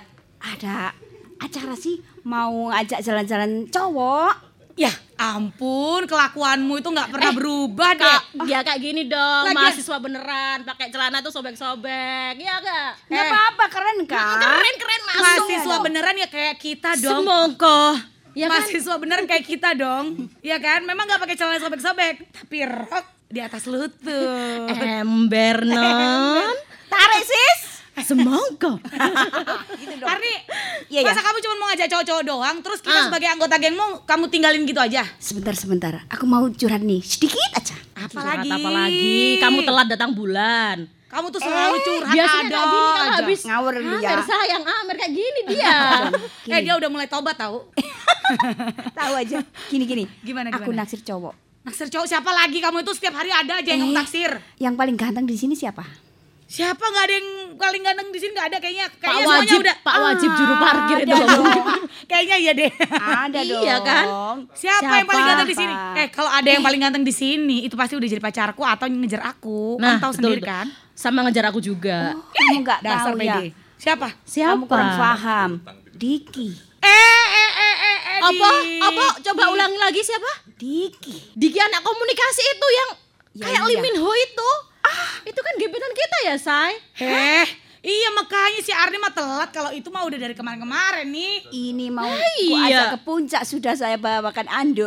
acara sih, mau ajak jalan-jalan cowok. Ya ampun, kelakuanmu itu nggak pernah berubah deh. Ya kayak gini dong, Lagian- mahasiswa beneran, pakai celana tuh sobek-sobek. Ya enggak? Nggak apa-apa, keren kan? Keren masuk. Mahasiswa beneran ya kayak kita dong. Semoga. Ya kan? Mahasiswa beneran kayak kita dong. Ya kan? Memang nggak pakai celana sobek-sobek, tapi rok di atas lutut. Ember non. Tarik sis. Semangka. Gitu dong. Arni, Iya, masa kamu cuma mau ngajak cowok-cowok doang, terus kita sebagai anggota gengmu kamu tinggalin gitu aja? Sebentar. Aku mau curhat nih, sedikit aja. Apalagi? Apalagi kamu telat datang bulan. Kamu tuh selalu curhat Biasanya ada kayak gini kalau aja. habis Ngawur dia. Amer sayang, Amer kayak gini dia. Dia udah mulai tobat tahu. Tahu aja. Gini. Gimana? Aku naksir cowok. Naksir cowok siapa lagi? Kamu itu setiap hari ada aja yang kamu taksir. Yang paling ganteng di sini siapa? Siapa nggak ada yang paling ganteng di sini? Nggak ada kayaknya. Pak Kayaknya Wajib, semuanya udah. Pak Wajib juru parkir itu. Kayaknya iya deh. Ada dong. Iya kan? Siapa yang paling ganteng di sini? Kalau ada yang paling ganteng di sini, itu pasti udah jadi pacarku atau ngejar aku. Nah, Kamu tahu betul, sendiri betul. kan? Sama ngejar aku juga. Kamu nggak Dasar tahu ya. pede. Siapa? Kamu kurang paham. Diki. Apa? Coba ulangi lagi siapa? Diki anak komunikasi itu yang kayak Lee Min Ho itu. Itu kan gebetan kita ya, Say? Iya makanya si Arni mah telat, kalau itu mah udah dari kemarin-kemarin nih. Ini mau iya. ku ajak ke puncak, sudah saya bawakan anduk.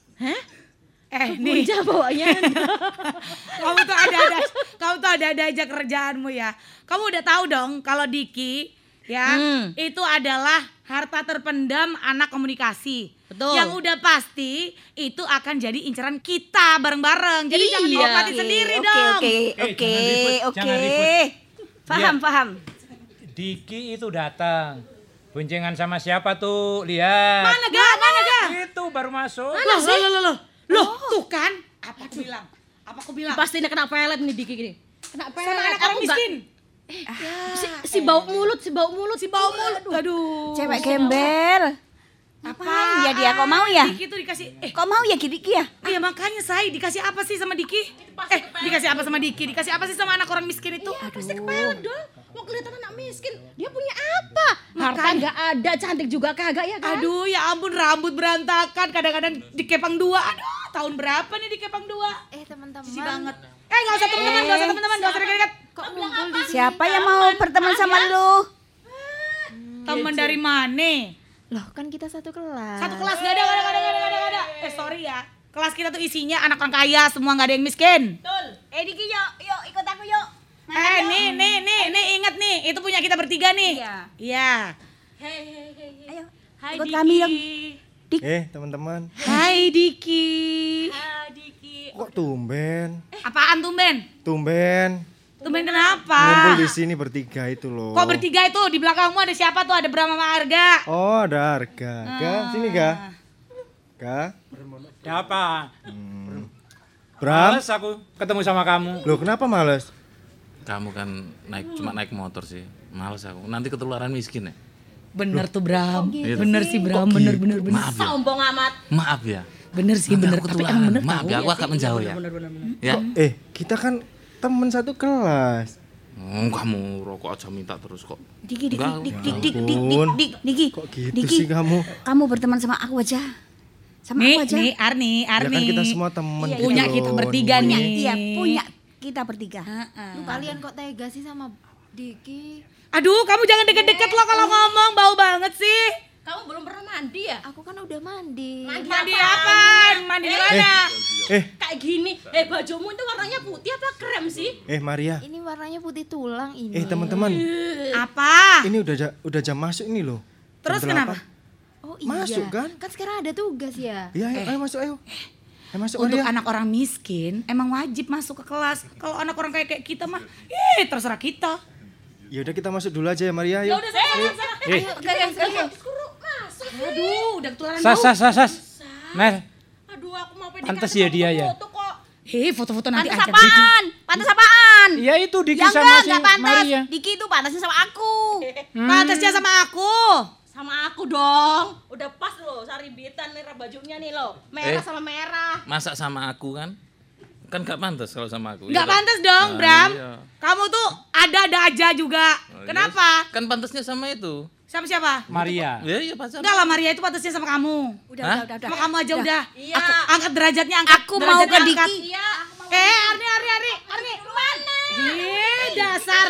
Nih. Puncak bawanya. Kamu tuh ada aja kerjaanmu ya. Kamu udah tahu dong kalau Diki ya itu adalah harta terpendam anak komunikasi. Betul. Yang udah pasti itu akan jadi inceran kita bareng-bareng. Jadi jangan diobatin sendiri dong. Oke. Paham. Diki itu datang. Boncengan sama siapa tuh? Lihat. Mana ga? Itu baru masuk. Loh, tuh kan? Apa aku bilang? Pasti dia kena pelet nih Diki gini. Kena pelet. Sama anak orang miskin. Si bau mulut. Aduh. Cewek gembel. Apa? Ya dia kok mau ya? Diki tuh dikasih Kok mau ya Diki ya? Iya makanya saya dikasih apa sih sama Diki? Dikasih apa sama Diki? Dikasih apa sih sama anak orang miskin itu? Pasti kepelet dong. Mau kelihatan anak miskin. Dia punya apa? Harta nggak ada, cantik juga kagak ya kan? Aduh ya ampun, rambut berantakan, kadang-kadang dikepang 2. Aduh, tahun berapa nih dikepang 2? Teman-teman. Sisi banget. Enggak usah teman-teman, enggak usah dekat-dekat. Kok ngumpul di sini? Siapa yang mau berteman sama lu? Teman dari mana? Loh, kan kita satu kelas. Satu kelas nggak ada. Sorry ya. Kelas kita tuh isinya anak orang kaya, semua nggak ada yang miskin. Betul. Diki yuk ikut aku yuk. Nih, ingat nih, itu punya kita bertiga nih. Iya. Ayo. Hai Ikut Diki. kami dong. Teman-teman. Hai Diki. Kok tumben? Apaan tumben? Tumben Kenapa? ngumpul di sini bertiga itu loh. Kok bertiga itu? Di belakangmu ada siapa tuh? Ada Brahma sama Arga. Oh, ada Arga. Sini Ga. Ada apa? Bram. Males aku ketemu sama kamu. Loh, kenapa males? Kamu kan cuma naik motor sih. Males aku. Nanti ketularan miskin ya. Bener tuh Bram. Bener sih Bram. Bener. Maaf ya. Sombong amat. Maaf ya. Bener sih, Nanti bener. aku Tapi ketularan. bener Maaf tahu ya, aku agak menjauh ya. Bener. Ya. Kita kan temen satu kelas. Kamu rokok aja minta terus kok. Diki. Kok gitu sih kamu? Kamu berteman sama aku aja. Sama aku aja. Nih Arni. Ya kan kita semua temen gitu Punya loh. kita bertiga nih. Iya, punya kita bertiga. Lu kalian kok tega sih sama Diki? Aduh, kamu jangan deket-deket loh kalau ngomong, bau banget sih. Kamu belum pernah mandi ya? Aku kan udah mandi. Mandi apaan? Mandi di mana? Kayak gini. Bajumu itu warnanya putih apa krem sih? Maria. Ini warnanya putih tulang ini. Teman-teman. Apa? Ini udah jam masuk ini loh. Terus Jam kenapa? 8. Oh iya. Masuk kan? Kan sekarang ada tugas ya. Iya, ayo masuk ayo. Masuk Untuk Maria. anak orang miskin emang wajib masuk ke kelas. Kalau anak orang kayak kita mah, terserah kita. Ya udah kita masuk dulu aja ya Maria. Yuk. Udah sana. Ayo. Aduh, udah ketularan Sas. Mer, Aduh, aku mau pantes ya dia ya. foto kok. Foto-foto nanti aja. Pantes apaan? Iya itu Diki Ya sama si enggak pantas. Maria. Diki itu pantasnya sama aku. Pantasnya sama aku. Sama aku dong. Udah pas loh, saribitan nih bajunya nih loh. Merah sama merah. Masa sama aku kan? Kan gak pantas kalau sama aku. Nggak iya kan? pantas dong, Bram. Iya. Kamu tuh ada aja juga. Kenapa? Kan pantasnya sama itu. Sama siapa? Maria. Iya pacar. Enggak lah, Maria itu pantasnya sama kamu. Udah. Sama kamu aja udah. Iya. Aku angkat derajatnya, angkat. Aku mau ke Derajatnya Diki. Iya. Arni. Mana? Dasar.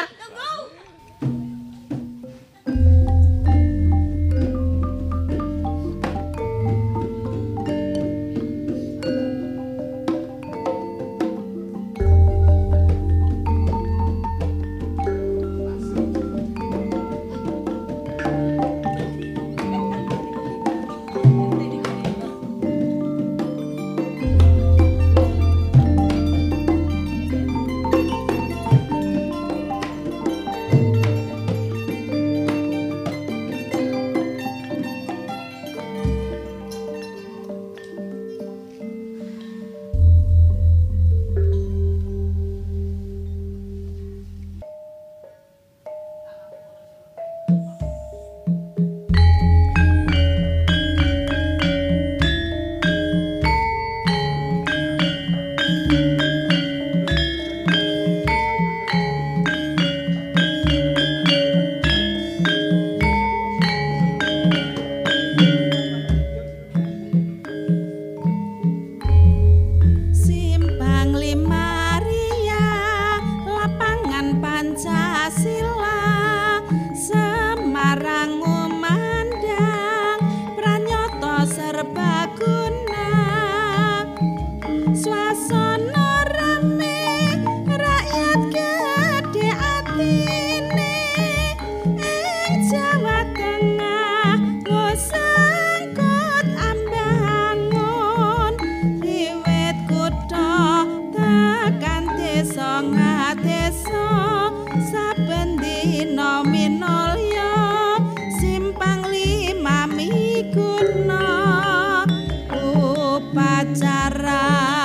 upacara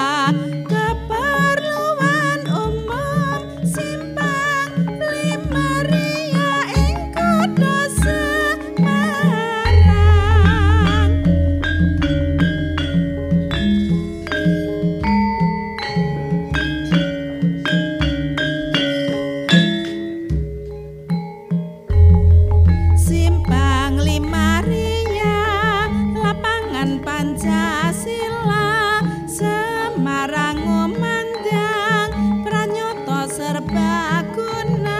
keperluan umum simpang lima ria ing kutha Semarang. Simpang lima ria lapangan Pancasila Semarang ngumandang pranyata serbaguna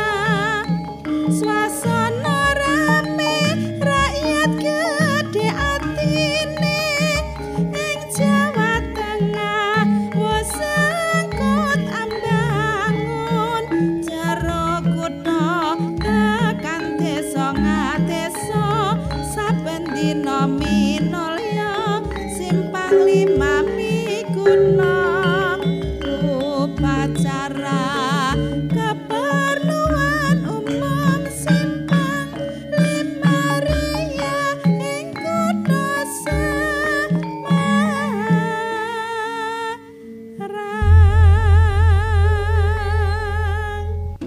swasana rame rakyat gede atine ing Jawa Tengah wis sengkut ambangun jero kutha tekan desa ngadesa saben dina minulya simpang lima mikuna upacara keperluan umum simpang lima ria ing kutha Semarang.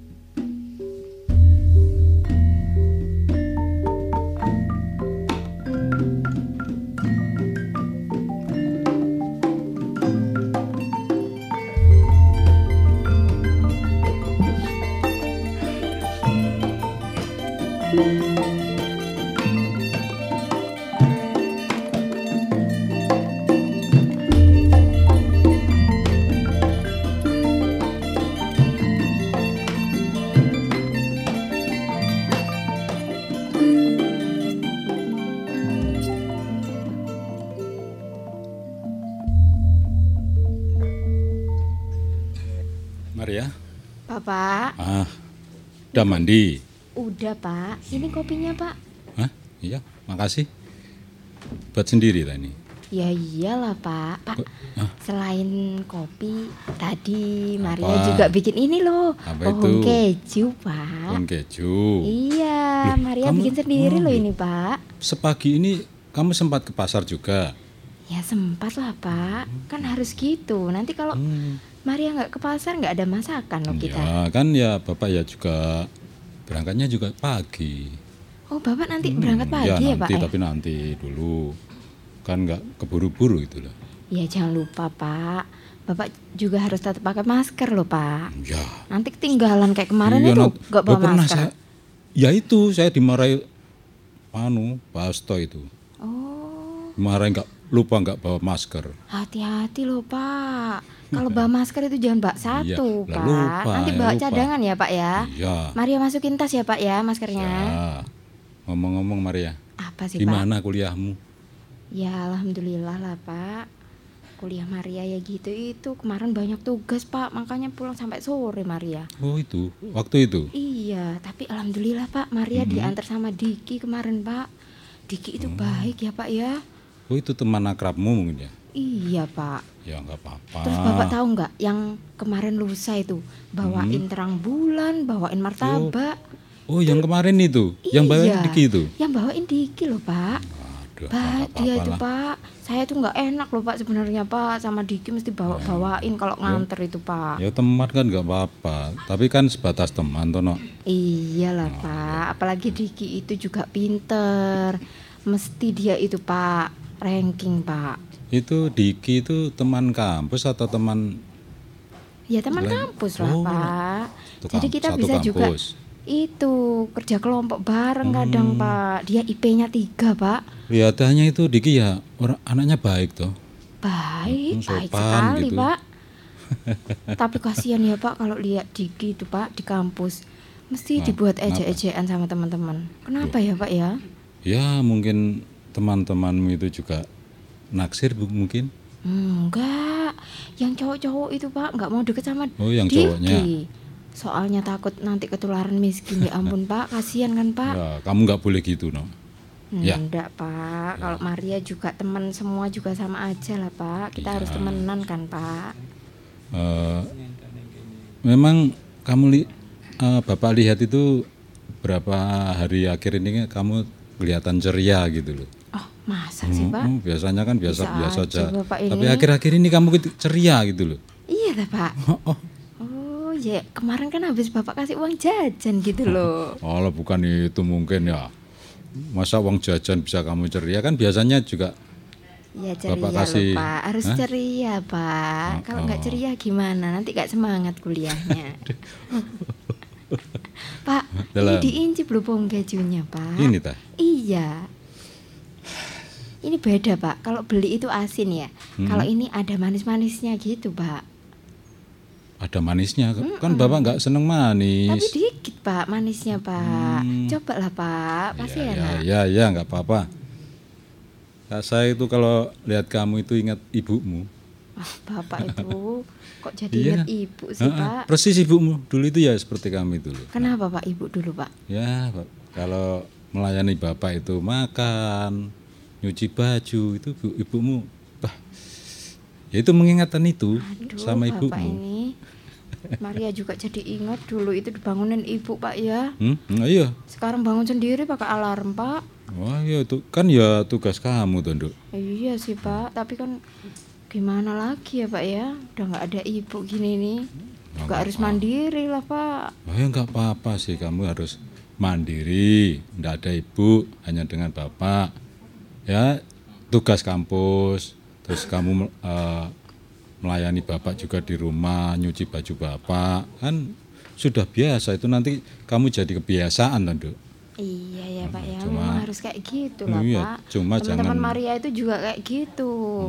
Maria, Bapak, udah mandi? udah Pak. Ini kopinya Pak. Hah? Iya, makasih. Buat sendiri tadi. Ya iyalah Pak. Pak, selain kopi, tadi Maria Apa? juga bikin ini loh. Apa pohon itu? keju Pak. Pohon keju. Iya, Loh, Maria kamu- bikin sendiri loh loh. ini Pak. Sepagi ini kamu sempat ke pasar juga? Ya sempat lah Pak. Kan harus gitu. Nanti kalau Maria nggak ke pasar nggak ada masakan loh kita. Ya kan ya Bapak ya juga berangkatnya juga pagi. Oh Bapak nanti berangkat pagi ya Pak? Nanti, tapi nanti dulu. Kan nggak keburu-buru gitu loh. Ya jangan lupa Pak. Bapak juga harus tetap pakai masker loh Pak. Ya. Nanti ketinggalan kayak kemarin Iya, itu nggak bawa Loh, pernah masker. ya itu saya dimarahi Pak Asto itu. Oh. Dimarahi lupa nggak bawa masker. Hati-hati loh Pak. Kalau bawa masker itu jangan bawa satu Iya, lah Pak. lupa, Nanti ya bawa lupa. cadangan ya Pak ya. Iya. Maria masukin tas ya Pak ya maskernya. Ya. Ngomong-ngomong Maria, Apa sih di Pak? mana kuliahmu? Ya alhamdulillah lah Pak. Kuliah Maria ya gitu itu kemarin banyak tugas Pak, makanya pulang sampai sore Maria. Oh itu, waktu itu. Iya, tapi alhamdulillah Pak Maria diantar sama Diki kemarin Pak. Diki itu baik ya Pak ya. Oh itu teman akrabmu mungkin ya? Iya Pak. Ya nggak apa-apa. Terus Bapak tahu nggak yang kemarin lusa itu bawain terang bulan, bawain martabak. Oh yang kemarin itu, yang bawa Iya, Diki itu. Yang bawain Diki loh Pak. Aduh, Baik nggak dia apa-apa itu lah. Pak. Saya tuh nggak enak loh Pak sebenarnya Pak sama Diki mesti bawain kalau nganter itu Pak. Ya teman kan nggak apa-apa, tapi kan sebatas teman toh no. Iyalah Pak, apalagi Diki itu juga pinter. Mesti dia itu Pak ranking Pak. Itu Diki itu teman kampus atau teman? Ya teman Selain- kampus lah Oh, Pak. satu Jadi kamp- kita satu bisa juga kampus. itu kerja kelompok bareng kadang Pak. Dia IP-nya 3 Pak. Kelihatannya itu Diki ya orang anaknya baik toh. Baik, Sopan baik sekali gitu. Pak. Tapi kasihan ya Pak kalau lihat Diki itu Pak di kampus. Mesti Nah, dibuat kenapa? ejek-ejekan sama teman-teman. Kenapa ya Pak ya? Ya mungkin teman-temanmu itu juga naksir mungkin. Enggak, yang cowok-cowok itu Pak nggak mau deket sama Oh, yang Diki. cowoknya. Soalnya takut nanti ketularan miskin. Ya ampun Pak, kasihan kan Pak. Ya kamu nggak boleh gitu no. Ya. Enggak Pak, kalau Maria juga teman semua juga sama aja lah Pak. Kita harus temenan kan Pak. Memang kamu Bapak lihat itu berapa hari akhir ini kamu kelihatan ceria gitu loh. Oh Masa sih, Pak? Biasanya kan biasa-biasa Bisa aja. Bapak ini. Tapi akhir-akhir ini kamu ceria gitu loh. Iya, Pak. Oh, ya kemarin kan habis Bapak kasih uang jajan gitu loh. Oh, bukan itu mungkin ya. Masa uang jajan bisa kamu ceria kan biasanya juga. Ya ceria Bapak loh, kasih, Pak. Harus ceria, Pak. Kalau nggak ceria gimana? Nanti nggak semangat kuliahnya. Pak, ini diincip loh ponggajunya, Pak. Ini tah? Iya. Ini beda, Pak. Kalau beli itu asin ya. Kalau ini ada manis-manisnya gitu, Pak. Ada manisnya, kan Bapak nggak seneng manis. Tapi dikit, Pak, manisnya, Pak. Cobalah, Pak. Pasti enak. Ya, nggak apa-apa. Saya itu kalau lihat kamu itu ingat ibumu. Bapak itu kok jadi ingat ibu sih, Pak? Persis ibumu dulu itu ya seperti kami dulu. Kenapa, Pak, ibu dulu, Pak? Ya, Pak, kalau melayani Bapak itu makan, nyuci baju itu ibumu, ya itu mengingatkan itu. Aduh, sama ibumu. Bapak ini Maria juga jadi ingat dulu itu dibangunin ibu, Pak ya. Iya. Sekarang bangun sendiri pakai alarm, Pak. Wah, ya itu kan ya tugas kamu, Tondo. Iya sih, Pak, tapi kan gimana lagi ya, Pak ya? Udah nggak ada ibu gini nih. Juga harus mandiri lah, Pak. Ya nggak apa-apa sih, kamu harus mandiri. Nggak ada ibu, hanya dengan Bapak. Ya, tugas kampus. Terus kamu melayani Bapak juga di rumah, nyuci baju Bapak. Kan sudah biasa, itu nanti kamu jadi kebiasaan, Tondo. Iya ya, Pak ya, memang harus kayak gitu lah, iya, Pak. Cuma teman-teman jangan, Maria itu juga kayak gitu.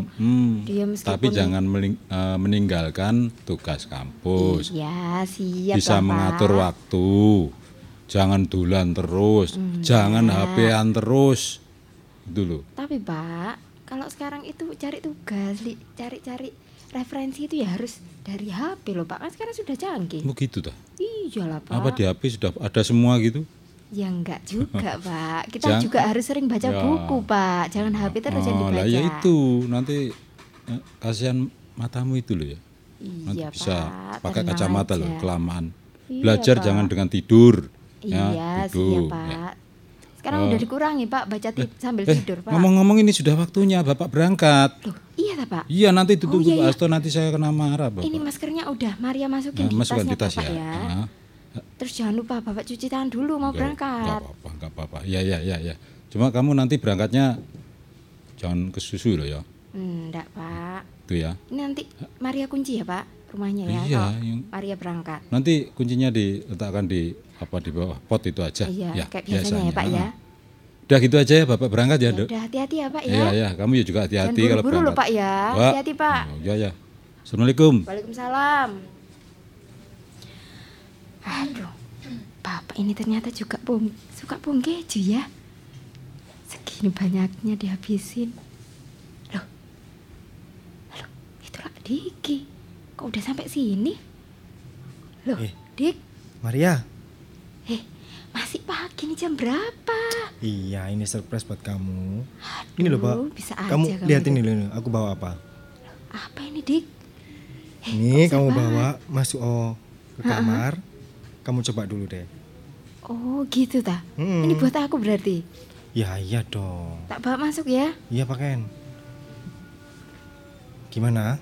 Dia meskipun tapi jangan meninggalkan tugas kampus. Iya, siap Bisa lah, mengatur Pak. waktu. Jangan dulan terus, jangan HP-an terus. Itu loh. Tapi, Pak, kalau sekarang itu cari tugas, cari-cari referensi itu ya harus dari HP loh, Pak. Kan sekarang sudah canggih. Begitu dah. Iyalah, Pak. Apa di HP sudah ada semua gitu? Ya enggak juga, Pak. Kita juga harus sering baca buku, Pak. Jangan HP terus yang dibaca. Lah ya itu, nanti kasihan matamu itu loh ya. Nanti Iya, bisa Pak, pakai tenang kacamata aja. loh, kelamaan. Iya, Belajar Pak. jangan dengan tidur. Iya, siap, Pak. Sekarang udah dikurangi, Pak, baca sambil tidur, Pak. Ngomong-ngomong ini sudah waktunya Bapak berangkat. Loh, iya tak, Pak? Iya, nanti ditunggu iya, Pak Asto, nanti saya kena marah, Bapak. Ini maskernya udah Maria masukin di Masukkan tasnya di tas Bapak ya. ya. Terus jangan lupa Bapak cuci tangan dulu mau berangkat. Enggak apa-apa. Iya. Cuma kamu nanti berangkatnya jangan ke susu loh ya. Enggak, Pak. Itu ya. Ini nanti Maria kunci ya, Pak, rumahnya ya. Iya, kalau Maria berangkat. Nanti kuncinya diletakkan di bawah pot itu aja. Iya, ya, kayak biasanya ya, Pak ya. Udah gitu aja ya Bapak berangkat ya, Dok. Udah hati-hati ya, Pak ya. Iya, kamu ya juga hati-hati Jangan kalau buru-buru berangkat. loh, Pak ya. Hati-hati, Pak. Iya. Assalamualaikum. Waalaikumsalam. Aduh, Bapak ini ternyata juga suka keju ya. Segini banyaknya dihabisin. Loh, itulah Diki. Kok udah sampai sini? Loh, Dik. Maria. Masih pagi nih, jam berapa? Iya, ini surprise buat kamu. Aduh, Ini loh, Pak. Bisa aja Kamu lihat itu. ini loh, aku bawa apa? Apa ini, Dik? Ini kamu bawa masuk ke kamar. Kamu coba dulu deh. Oh, gitu ta? Ini buat aku berarti? Ya, iya dong. Tak bawa masuk ya? Iya, pakein. Gimana?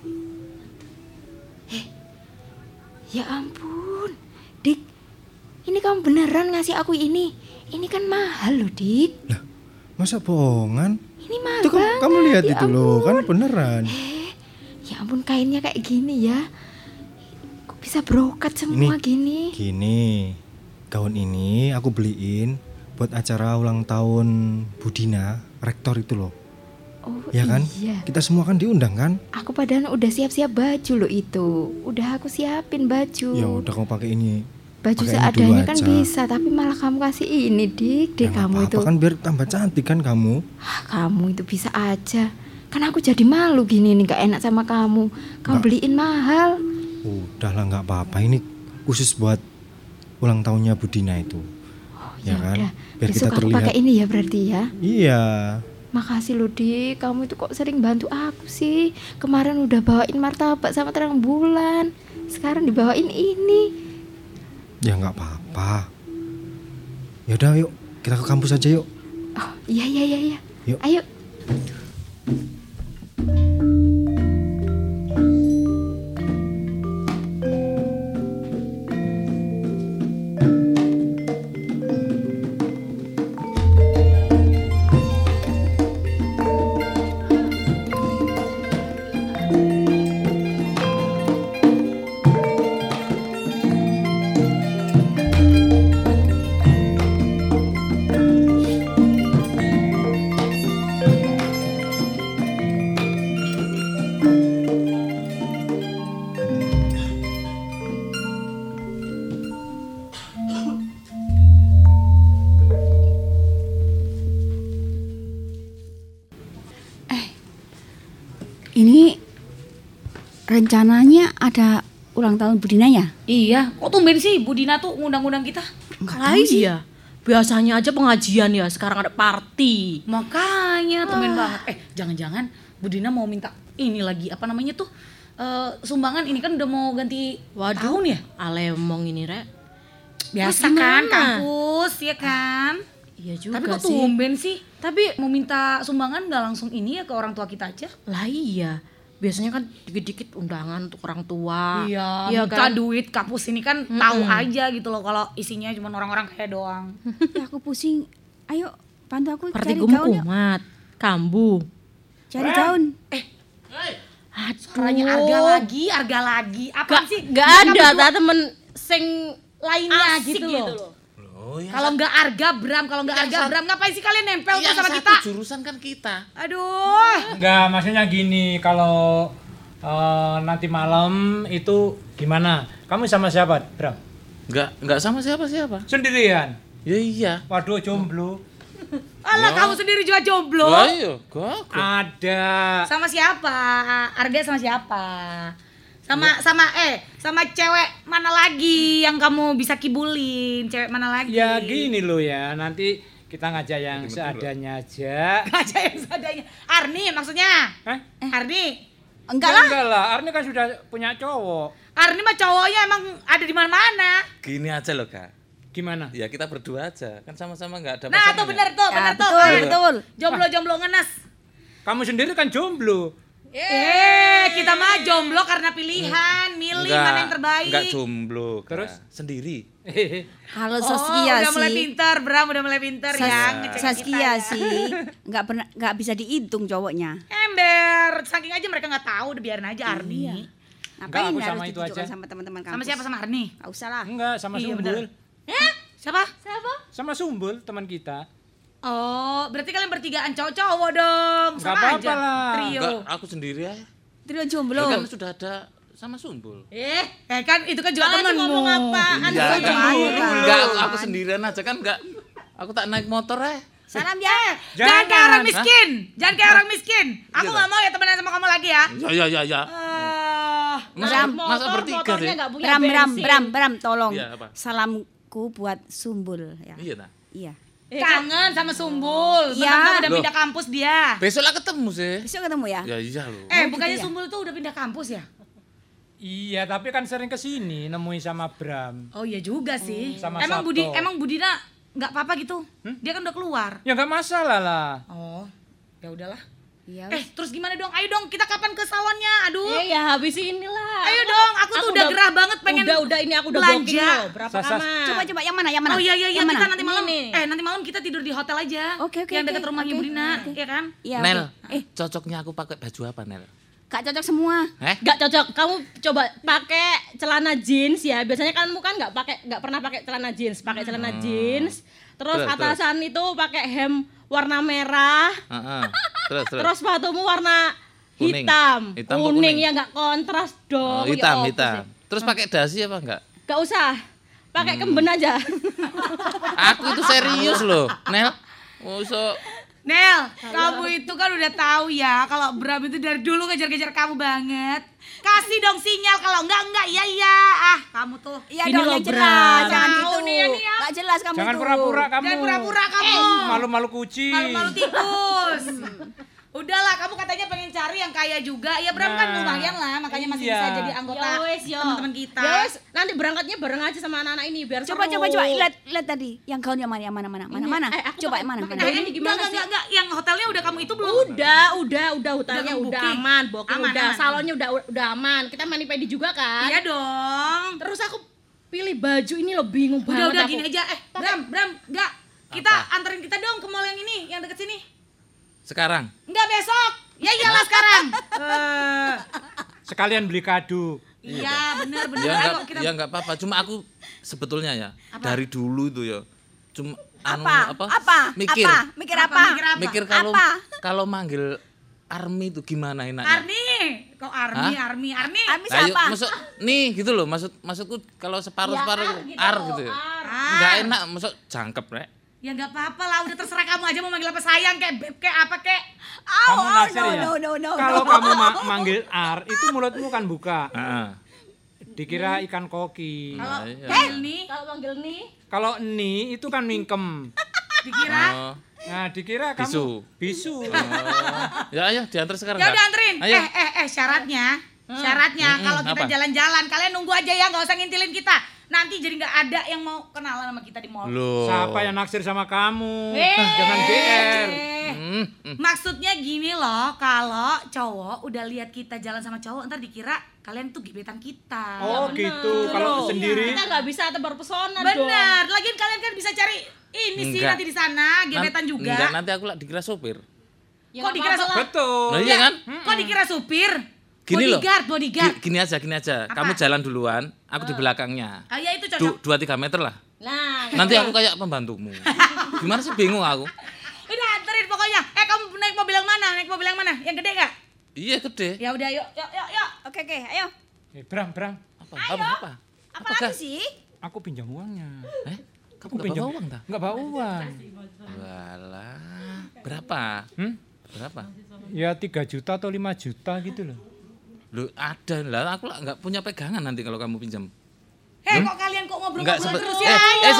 Ya ampun, Dik. Ini kamu beneran ngasih aku ini? Ini kan mahal loh, Dik. Lah, masa bohongan? Ini mahal Itu banget. kamu lihat ya itu loh, ampun. kan beneran. Ya ampun, kainnya kayak gini ya. Kok bisa brokat semua gini? Gini, gaun ini aku beliin buat acara ulang tahun Budina, rektor itu loh. Oh Ya kan? iya. Kita semua kan diundang kan? Aku padahal udah siap-siap baju loh itu. Udah aku siapin baju. Ya udah kamu pakai ini. Baju pakai ini seadanya dulu kan aja. bisa, tapi malah kamu kasih ini, Dik. Dik, Ya, kamu apa-apa itu. kan biar tambah cantik kan kamu. Kamu itu bisa aja. Kan aku jadi malu gini nih, gak enak sama kamu. Kamu beliin mahal. Udahlah nggak apa-apa, ini khusus buat ulang tahunnya Budina itu. Ya kan? Udah, Biar besok kita aku terlihat. pakai ini ya berarti ya. Iya. Makasih loh, Dik. Kamu itu kok sering bantu aku sih. Kemarin udah bawain martabak sama terang bulan. Sekarang dibawain ini. Ya nggak apa-apa. Ya udah yuk, kita ke kampus aja yuk. Oh, iya. Yuk. Ayo, Ini rencananya ada ulang tahun Budina ya? Iya, kok tumben sih Budina tuh ngundang-ngundang kita? Lah iya, biasanya aja pengajian ya, sekarang ada party. Makanya tumben banget. Jangan-jangan Budina mau minta ini lagi, apa namanya tuh? Sumbangan ini kan udah mau ganti tahun ya? Alemong ini, Rek. Biasa kan kampus, ya kan? Iya juga tapi kok sih. tumben sih? Tapi mau minta sumbangan nggak langsung ini ya ke orang tua kita aja? Lah iya, biasanya kan dikit-dikit undangan untuk orang tua. Iya minta kan? duit kampus ini kan tahu aja gitu loh kalau isinya cuma orang-orang kaya doang. Ya aku pusing. Ayo bantu aku Partai cari gaun yuk. kumat, kambu. Cari gaun. Suaranya harga lagi. Apa sih? Gak ada temen sing lainnya asik gitu loh. Kalau nggak Bram, ngapain sih kalian nempel tuh sama kita? Jurusan kan kita. Aduh. Enggak, maksudnya gini, kalau nanti malam itu gimana? Kamu sama siapa, Bram? Enggak sama siapa-siapa. Sendirian? Ya iya. Waduh, jomblo. Alah, kamu sendiri juga jomblo. Wah, iya, gak. Ada. Sama siapa? Arga sama siapa? Sama cewek mana lagi yang kamu bisa kibulin? Cewek mana lagi? Ya gini loh ya, nanti kita ngajak yang seadanya aja. Ngajak yang seadanya. Arni maksudnya? Hah? Arni? Enggak lah, Arni kan sudah punya cowok. Arni mah cowoknya emang ada di mana-mana. Gini aja loh, Kak. Gimana? Ya kita berdua aja, kan sama-sama nggak ada Nah, tuh bener tuh. Betul. Jomblo-jomblo ngenes. Kamu sendiri kan jomblo. Kita mah jomblo karena pilihan, milih mana yang terbaik. Enggak jomblo, Kak. Terus sendiri. Kalau Saskia udah sih. mulai pintar, Bram udah mulai pintar ya. Saskia sih nggak bisa dihitung cowoknya. Ember, saking aja mereka nggak tahu, udah biarin aja Arni. Iya. Enggak, Ngapain aku harus sama itu ditunjukkan aja. sama teman-teman kampus? Sama siapa, sama Arni? Nggak usah lah. Enggak, sama Iya, Sumbul. Siapa? Sama Sumbul, teman kita. Oh, berarti kalian bertigaan cowok-cowok dong. Nggak Sama apa-apa aja. lah. Trio. Enggak, aku sendiri aja. Trio jomblo. Kan sudah ada sama Sumbul. Kan itu kan juga temenmu. ngomong apaan? Iya, Aku cemburu. enggak, aku sendirian aja kan enggak. Aku tak naik motor Salam ya. Jangan kayak orang miskin. Jangan kayak orang miskin. Aku Iya, nggak mau ya temenan sama kamu lagi ya. Ya. Masa bertiga deh. Bram, tolong. Iya, apa? Salamku buat Sumbul ya. Iya, nah. Iya. Kangen sama Sumbul. Iya. Mentang-mentang udah Loh. pindah kampus dia. Besok lah ketemu sih. Besok ketemu ya? Ya iya loh. Bukannya gitu ya? Sumbul tuh udah pindah kampus ya? Iya, tapi kan sering kesini nemuin sama Bram. Oh iya juga sih. Sama emang Sabto. emang Budina nggak apa-apa gitu? Dia kan udah keluar. Ya nggak masalah lah. Oh, ya udahlah. Iya. Terus gimana dong? Ayo dong, kita kapan ke salonnya? Aduh. Ya habis inilah. Ayo dong, aku tuh udah gerah banget pengen Udah ini aku udah belanja. booking loh. Berapa kamar? Coba yang mana? Oh iya, Yang mana? kita nanti malam. Ini. Nanti malam kita tidur di hotel aja. Oke, Yang dekat rumahnya oke, Budina, oke. ya kan? Iya. Nel, oke. cocoknya aku pakai baju apa, Nel? Gak cocok semua. Gak cocok. Kamu coba pakai celana jeans ya. Biasanya kamu kan nggak pernah pakai celana jeans. Pakai celana jeans. Terus atasan itu pakai hem warna merah. Terus sepatumu warna Kuning. hitam. Hitam apa Kuning kuning? ya nggak kontras dong. Ya Hitam. apa sih? Terus pakai dasi apa enggak? Gak usah. Pakai kemben aja. Aku itu serius loh, Nel. Nel, kamu itu kan udah tahu ya kalau Bram itu dari dulu ngejar-ngejar kamu banget. Kasih dong sinyal kalau enggak iya. Kamu tuh. Iya Ini dong loh, yang jelas. Jangan Tahu gitu. nih, ini ya. Gak jelas kamu Jangan tuh. pura-pura kamu. Jangan pura-pura kamu. Malu-malu kucing. Malu-malu tikus. udahlah, kamu katanya pengen cari yang kaya juga. Ya Bram kan lumayan lah, makanya masih bisa jadi anggota teman-teman kita. Ya wes, nanti berangkatnya bareng aja sama anak-anak ini biar Coba seru. lihat tadi yang gaun yang mana coba yang mana Ini gimana sih? Enggak, yang hotelnya udah kamu itu belum? Udah hotelnya udah aman, booking udah, salonnya udah aman. Kita mani pedi juga kan? Iya dong. Terus aku pilih baju ini loh, bingung banget. Udah aku. gini aja. Bram, enggak. Kita anterin kita dong ke mall yang ini, yang deket sini. Sekarang? Enggak besok. Ya iyalah sekarang. Sekalian beli kado. Iya, benar. Ya enggak apa-apa. Cuma aku sebetulnya ya dari dulu itu ya cuma mikir kalau manggil Army itu gimana enaknya? Kok Army siapa? Maksud nih gitu loh, maksudku kalau separuh-separuh gitu ya. Enggak enak, maksud jangkep, Rek. Ya enggak apa-apa lah, udah terserah kamu aja mau manggil apa, sayang kayak beb kayak apa kayak. Kamu naksir ya? No. Kalau kamu manggil Ar, itu mulutmu kan buka. Dikira ikan koki. Kalau manggil nih? Kalau ni itu kan mingkem. Dikira? Nah, dikira kamu bisu. Ya ayo diantar sekarang. Ya udah anterin. Syaratnya kalau kita jalan-jalan kalian nunggu aja ya, nggak usah ngintilin kita. Nanti jadi nggak ada yang mau kenalan sama kita di mall. Loh. Siapa yang naksir sama kamu? Jangan GR. Maksudnya gini loh, kalau cowok udah lihat kita jalan sama cowok, ntar dikira kalian tuh gebetan kita. Oh ya, gitu. Kalau sendiri kita nggak bisa tebar pesona dong. Benar. Lagian kalian kan bisa cari ini sih nanti di sana gebetan juga. Enggak, nanti aku lah dikira sopir. Ya, kok dikira sopir? Betul. Nah, iya kan? Kok dikira supir? Gini bodyguard. Gini aja. Apa? Kamu jalan duluan, aku di belakangnya. Ya itu cocok. 2-3 meter lah. Nah, nanti aku kayak pembantumu. Gimana sih, bingung aku. Udah anterin pokoknya. Kamu naik mobil yang mana? Yang gede enggak? Iya, gede. Ya udah yuk. Oke, ayo. Bram. Apa? Apa lagi sih? Aku pinjam uangnya. Kamu enggak bawa uang, tak? Enggak bawa uang. Walah. Berapa? Berapa? Ya 3 juta atau 5 juta gitu loh. Loh, ada lah. Aku lah enggak punya pegangan nanti kalau kamu pinjam. Kok kalian ngobrol terus ya?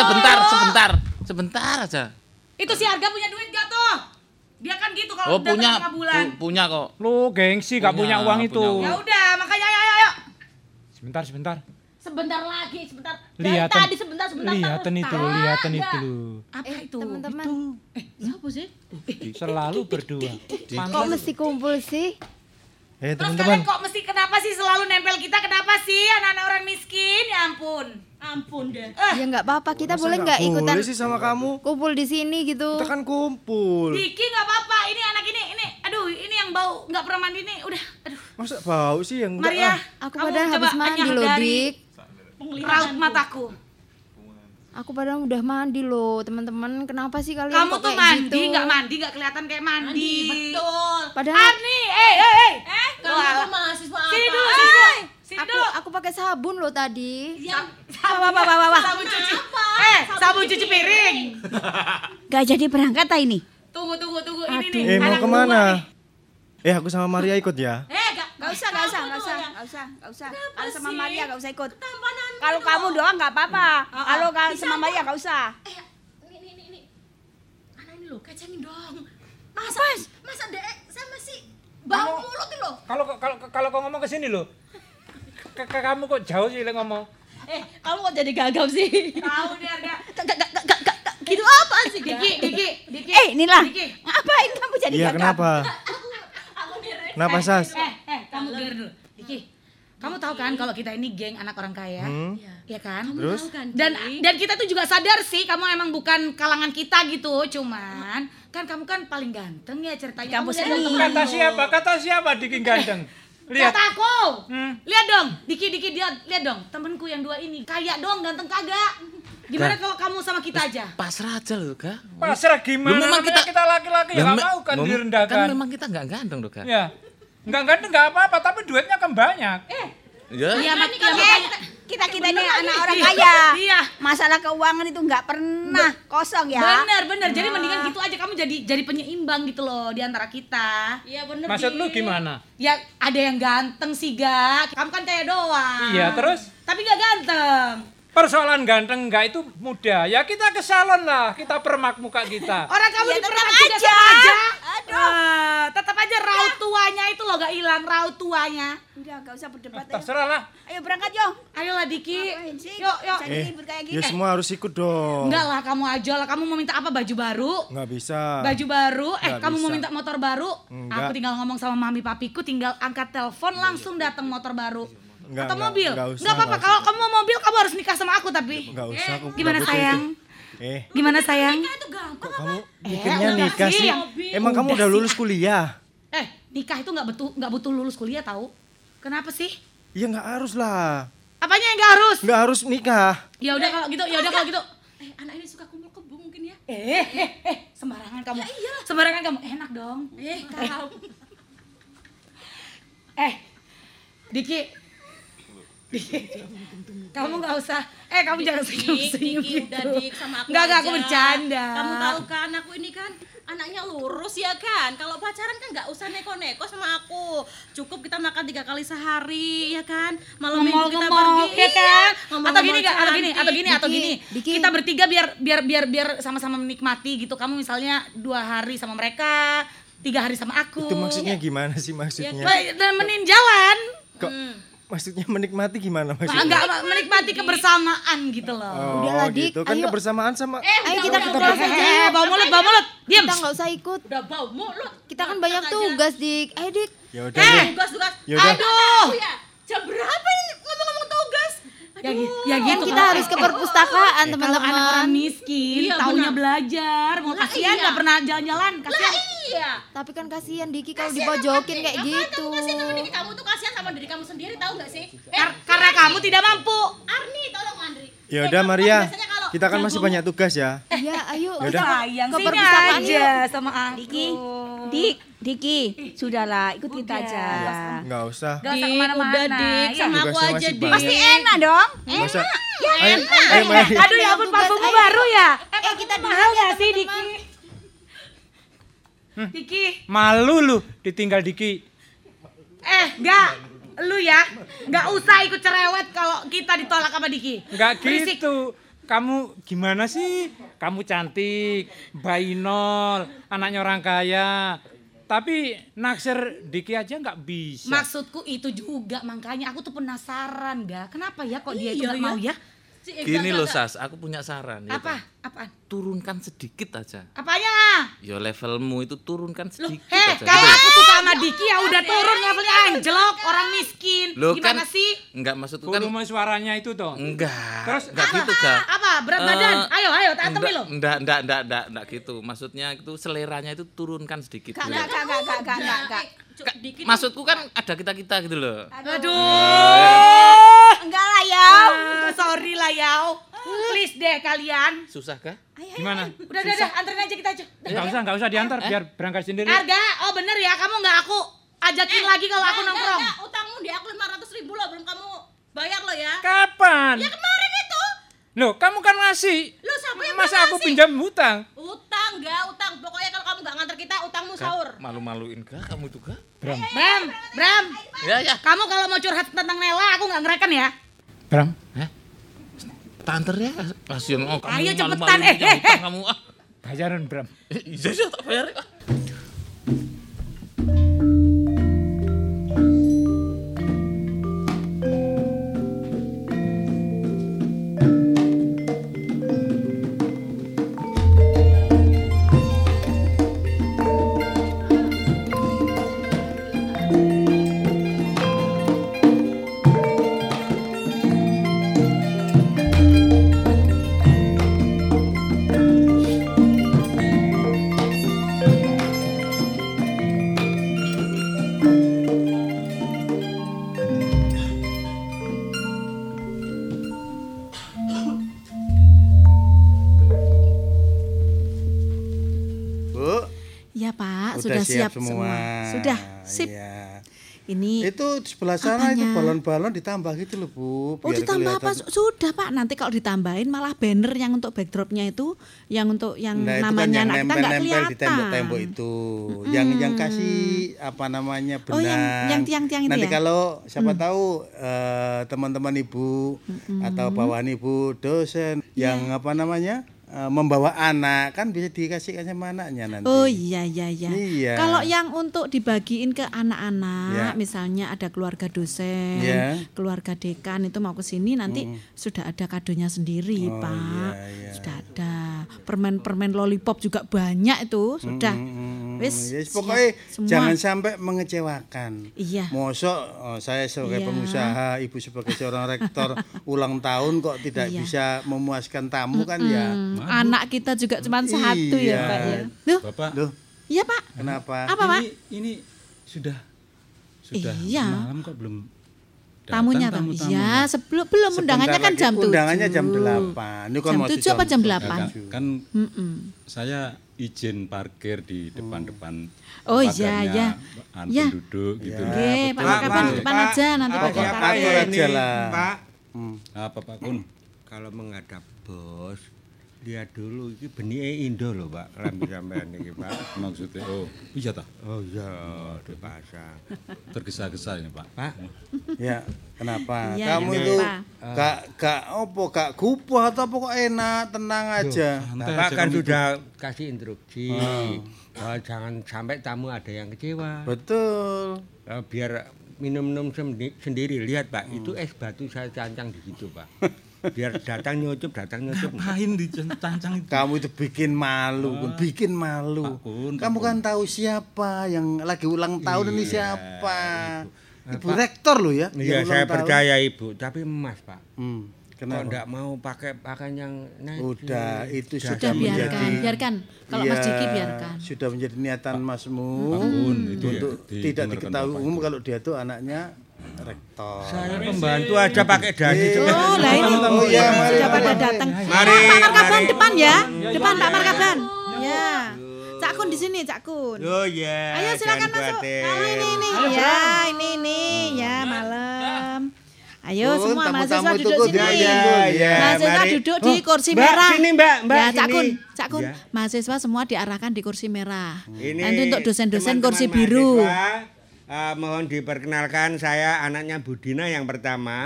Sebentar aja. Itu si Harga punya duit gak tuh? Dia kan gitu kalau udah tengah bulan. Punya kok. Lu gengsi gak punya uang itu. Ya udah, makanya ayo. Sebentar. Sebentar lagi. Lihatin. Tadi sebentar. Lihatin itu. Apa itu? Teman-teman. Siapa sih? Selalu berdua. Kok mesti kumpul sih? Terus teman-teman. kalian kok mesti kenapa sih selalu nempel kita? Kenapa sih anak-anak orang miskin? Ya ampun deh. Ya nggak apa-apa, kita boleh nggak ikutan? Boleh sih sama kamu. Kumpul di sini gitu. Kita kan kumpul. Diki nggak apa-apa. Ini anak ini. Aduh, ini yang bau nggak pernah mandi nih. Udah. Aduh. Masa bau sih yang enggak? Maria, aku padahal habis mandi loh, Dik. Raut mataku. Aku padahal udah mandi loh, teman-teman. Kenapa sih kalian kamu kok tuh kayak mandi, gitu? nggak mandi, nggak kelihatan kayak mandi. Betul. Padahal Arni, kamu tuh mahasiswa apa? Sini dulu. Aku pakai sabun loh tadi. Sabun cuci. Sabun cuci piring. Gak jadi berangkat ini. Tunggu ini nih. Mau kemana? Aku sama Maria ikut ya. Gak usah. Kalau sama Maria gak usah ikut. Kalau kamu doang gak apa-apa. Kalau sama Maria gak usah. Ini. Anak ini loh, kacangin dong. Masa dek sama si bau mulut loh. Kalau kau ngomong ke sini loh. Kamu kok jauh sih ngomong. Kamu kok jadi gagap sih? Tahu dia Harga. Gitu apa sih? Diki. Inilah. Ngapain kamu jadi Iya, gagap? kenapa? Kenapa, Sas? Kamu denger dulu. Diki. Kamu tahu kan kalau kita ini geng anak orang kaya? Iya kan? Terus? Dan kita tuh juga sadar sih kamu emang bukan kalangan kita gitu. Cuman kan kamu kan paling ganteng ya ceritanya. Kampus Kamu ini. Kata siapa Diki ganteng? Lihat. Kata aku. Lihat dong. Diki lihat dong. Temenku yang 2 ini kaya dong, ganteng kagak. Gimana kalau kamu sama kita aja? Pasrah aja loh, Kak. Pasrah gimana? Memang kita laki-laki ya nggak mau kan direndahkan. Kan memang kita nggak ganteng loh, Kak. Ya. Nggak ganteng nggak apa-apa, tapi duitnya kan banyak. Iya, Kita ini anak orang kaya. Iya. Masalah keuangan itu nggak pernah kosong ya. Bener. Jadi mendingan gitu aja, kamu jadi penyeimbang gitu loh di antara kita. Iya bener. Maksud lu gimana? Ya ada yang ganteng sih, Gak. Kamu kan kaya doang. Iya, terus? Tapi nggak ganteng. Persoalan ganteng enggak itu mudah. Ya kita ke salon lah, kita permak muka kita. Orang kamu Ya, dipermak tetap juga aja. sama aja. Tetap aja raut tuanya itu loh gak hilang, raut tuanya. Udah gak usah berdebat. Terserah lah. Ayo berangkat yo. Ayolah Diki. Yuk. Eh, ya semua harus ikut dong. Enggak lah, kamu aja lah. Kamu mau minta apa? Baju baru? Nggak bisa. Baju baru? Kamu bisa. mau minta motor baru? Enggak. Aku tinggal ngomong sama mami papiku, tinggal angkat telepon langsung datang motor baru. Atau mobil? Enggak apa-apa. Kalau kamu mau mobil, kamu harus nikah sama aku tapi. Enggak usah. Gimana sayang? Gimana sayang? Kok kamu mikirnya nikah sih? Emang kamu udah lulus kuliah? Nikah itu nggak butuh lulus kuliah tahu? Kenapa sih? Ya nggak harus lah. Apanya yang nggak harus? Nggak harus nikah. Ya udah kalau gitu. Anak ini suka kumpul kebo mungkin ya. Sembarangan kamu. Sembarangan kamu. Enak dong. Diki. Kamu nggak usah. Kamu jangan senyum-senyum gitu. Udah Dik sama aku. Nggak, aku aja. bercanda. Kamu tahu kan aku ini kan anaknya lurus ya kan. Kalau pacaran kan nggak usah neko-neko sama aku. Cukup kita makan 3 kali sehari ya kan. Malam minggu kita pergi ya kan. Ngomong-ngomong Atau gini. Kita bertiga biar sama-sama menikmati gitu. Kamu misalnya 2 hari sama mereka, 3 hari sama aku. Itu maksudnya gimana sih maksudnya? Dan menin jalan. Kok maksudnya menikmati gimana maksudnya? Enggak menikmati kebersamaan gitu loh. Udahlah, Dik, gitu kan ayo. kebersamaan sama. Ayo kita ke kelas aja. Bawa mulut. Diam. Kita nggak usah ikut. Udah bau mulut. Kita kan banyak tugas, Dik. Ayo, Dik. Ya udah. Tugas. Yaudah. Aduh. Jam berapa ini ngomong-ngomong tugas? Ya Kan gitu. kita harus ke perpustakaan, Kalau anak orang teman-teman. miskin, Iya, taunya benar. belajar. Mau kasihan nggak pernah jalan-jalan, kasihan. Iya. Tapi kan kasihan Diki kalau dipojokin kayak gitu. Kamu kasihan sama diri kamu tuh kasihan sama diri kamu sendiri tahu nggak sih? Karena kamu tidak mampu. Arni tolong Andri. Ya udah Maria, biasanya kalau kita kan masih banyak tugas ya. Iya, ayo Ya kita udah. Sayang ke sini perpustakaan aja yuk. sama aku. Diki, sudahlah ikut kita aja. Nggak usah. Gak usah Dik, kemana-mana. udah Dik, Ya. sama aku Tugasnya aja masih Dik. banyak. Pasti enak dong. Nggak usah. Ya, Ayo Maria. Aduh ya ampun, parfummu baru ya? kita Mahal gak sih Diki? Diki. Malu lu ditinggal Diki. Enggak. Lu ya, nggak usah ikut cerewet kalau kita ditolak sama Diki. Enggak Berisik. gitu. Kamu gimana sih? Kamu cantik, bainol, anaknya orang kaya. Tapi naksir Diki aja nggak bisa. Maksudku itu juga, makanya aku tuh penasaran ga. Kenapa ya kok dia itu Iya, nggak mau ya? Gini loh Sas, aku punya saran. ya Apa? kan? Apaan? Turunkan sedikit aja. Apanya? Yo levelmu itu turunkan sedikit Heh, aja. kalau aku suka sama Diki ya udah turun levelnya anjlok, orang miskin. Loh, Gimana kan- sih? Enggak maksudku kan. Volume suaranya itu toh. Enggak. Terus enggak gitu, Kak. Apa? Berat badan? Ayo, tantem lo. Enggak gitu. Maksudnya itu seleranya itu turunkan sedikit. dulu. Enggak. Maksudku kan ada kita-kita gitu loh. Aduh. Enggak lah ya. Sorry lah Yau. Please deh kalian. Susah kah? Gimana? Udah, anterin aja kita aja. Enggak usah diantar biar berangkat sendiri. Harga, oh bener ya, kamu nggak aku ajakin lagi kalau aku nongkrong. Utangmu di aku 500.000 loh, belum kamu bayar loh ya. Kapan? Ya kemarin itu. Loh, kamu kan ngasih. Lu siapa yang Masa belum aku ngasih? pinjam hutang? Utang. Pokoknya kalau kamu nggak nganter kita, utangmu sahur. Malu-maluin kah kamu itu kah? Bram. Ya. Kamu kalau mau curhat tentang Nela, aku nggak ngereken ya. Bram. Tanter ya, kasihan kamu Ayo cepetan, malu-maluin punya hutang kamu. Bayaran Bram. Iya tak bayar. Bu, Ya Pak, udah sudah siap siap semua. Sudah, sip. Iya. Ini Itu di sebelah sana itu apanya? balon-balon ditambah gitu loh Bu. Oh biar ditambah apa? kelihatan. Sudah Pak, nanti kalau ditambahin malah banner yang untuk backdropnya itu, yang untuk yang Nah, itu kan namanya yang anak kita nggak nempel-nempel kelihatan. di tembok-tembok itu. Yang kasih apa namanya benang. Oh, yang tiang-tiang itu Nanti ya? kalau siapa tahu teman-teman ibu atau bawahan ibu dosen yang apa namanya membawa anak kan bisa dikasihkan sama anaknya nanti. Oh iya. Iya. Kalau yang untuk dibagiin ke anak-anak, misalnya ada keluarga dosen, keluarga dekan itu mau ke sini nanti sudah ada kadonya sendiri, Pak. Sudah ada. Permen-permen lollipop juga banyak itu, sudah. Wis, pokoknya semua. jangan sampai mengecewakan. Iya. Mosok saya sebagai pengusaha, ibu sebagai seorang rektor ulang tahun kok tidak bisa memuaskan tamu kan ya. Anak kita juga cuma satu ya, Pak ya. Bapak. Iya, Pak. Kenapa? Apa, Pak? Ini sudah iya. malam kok belum tamunya tamu. Iya, belum undangannya kan jam 7. Undangannya jam 8. Ini kan jam 7 apa jam 8? Kan saya izin parkir di depan-depan. Oh iya. Penduduk gitu. Oke, Pak kapan di depan aja nanti pakai parkir aja lah. Pak. Apa Pak Kun? Kalau menghadap bos, lihat dulu ini benih Indo loh Pak, kelambi sampean iki Pak. Maksudnya iya tah? Oh iya, dipasang. Tergesa-gesa ya Pak. Pak. Ya, kenapa? Ya, kamu itu gak kupuh atau apa kok enak, tenang aja. Bapak kan sudah kasih instruksi. Jangan sampai tamu ada yang kecewa. Betul. Biar minum-minum sendiri. Lihat Pak, itu es batu saya cancang di situ Pak. Biar datang nyucup. Ngapain dicancang itu? Kamu itu bikin malu, bikin malu. Kamu kan tahu siapa yang lagi ulang tahun ini siapa. Ibu rektor loh ya. Iya, saya percaya Ibu, tapi emas Pak. Kenapa? Kok enggak mau pakai pakaian yang udah itu sudah biarkan. Kalau Mas Diki biarkan. Sudah menjadi niatan Masmu untuk tidak diketahui umum kalau dia tuh anaknya rektor. Saya pembantu aja pakai dasi. Oh, lah ini sudah pada datang. Mari. Pak Markaban depan ya. Depan Pak Markaban. Ya. Cak Kun di sini, Cak Kun. Oh iya. Ayo silakan masuk. Ini. Ya, ini ya malam. Ayo semua mahasiswa duduk sini. Mahasiswa duduk di kursi merah. Sini Mbak. Ya, Cak Kun. Mahasiswa semua diarahkan di kursi merah. Nanti untuk dosen-dosen kursi biru. Mohon diperkenalkan, saya anaknya Budina yang pertama.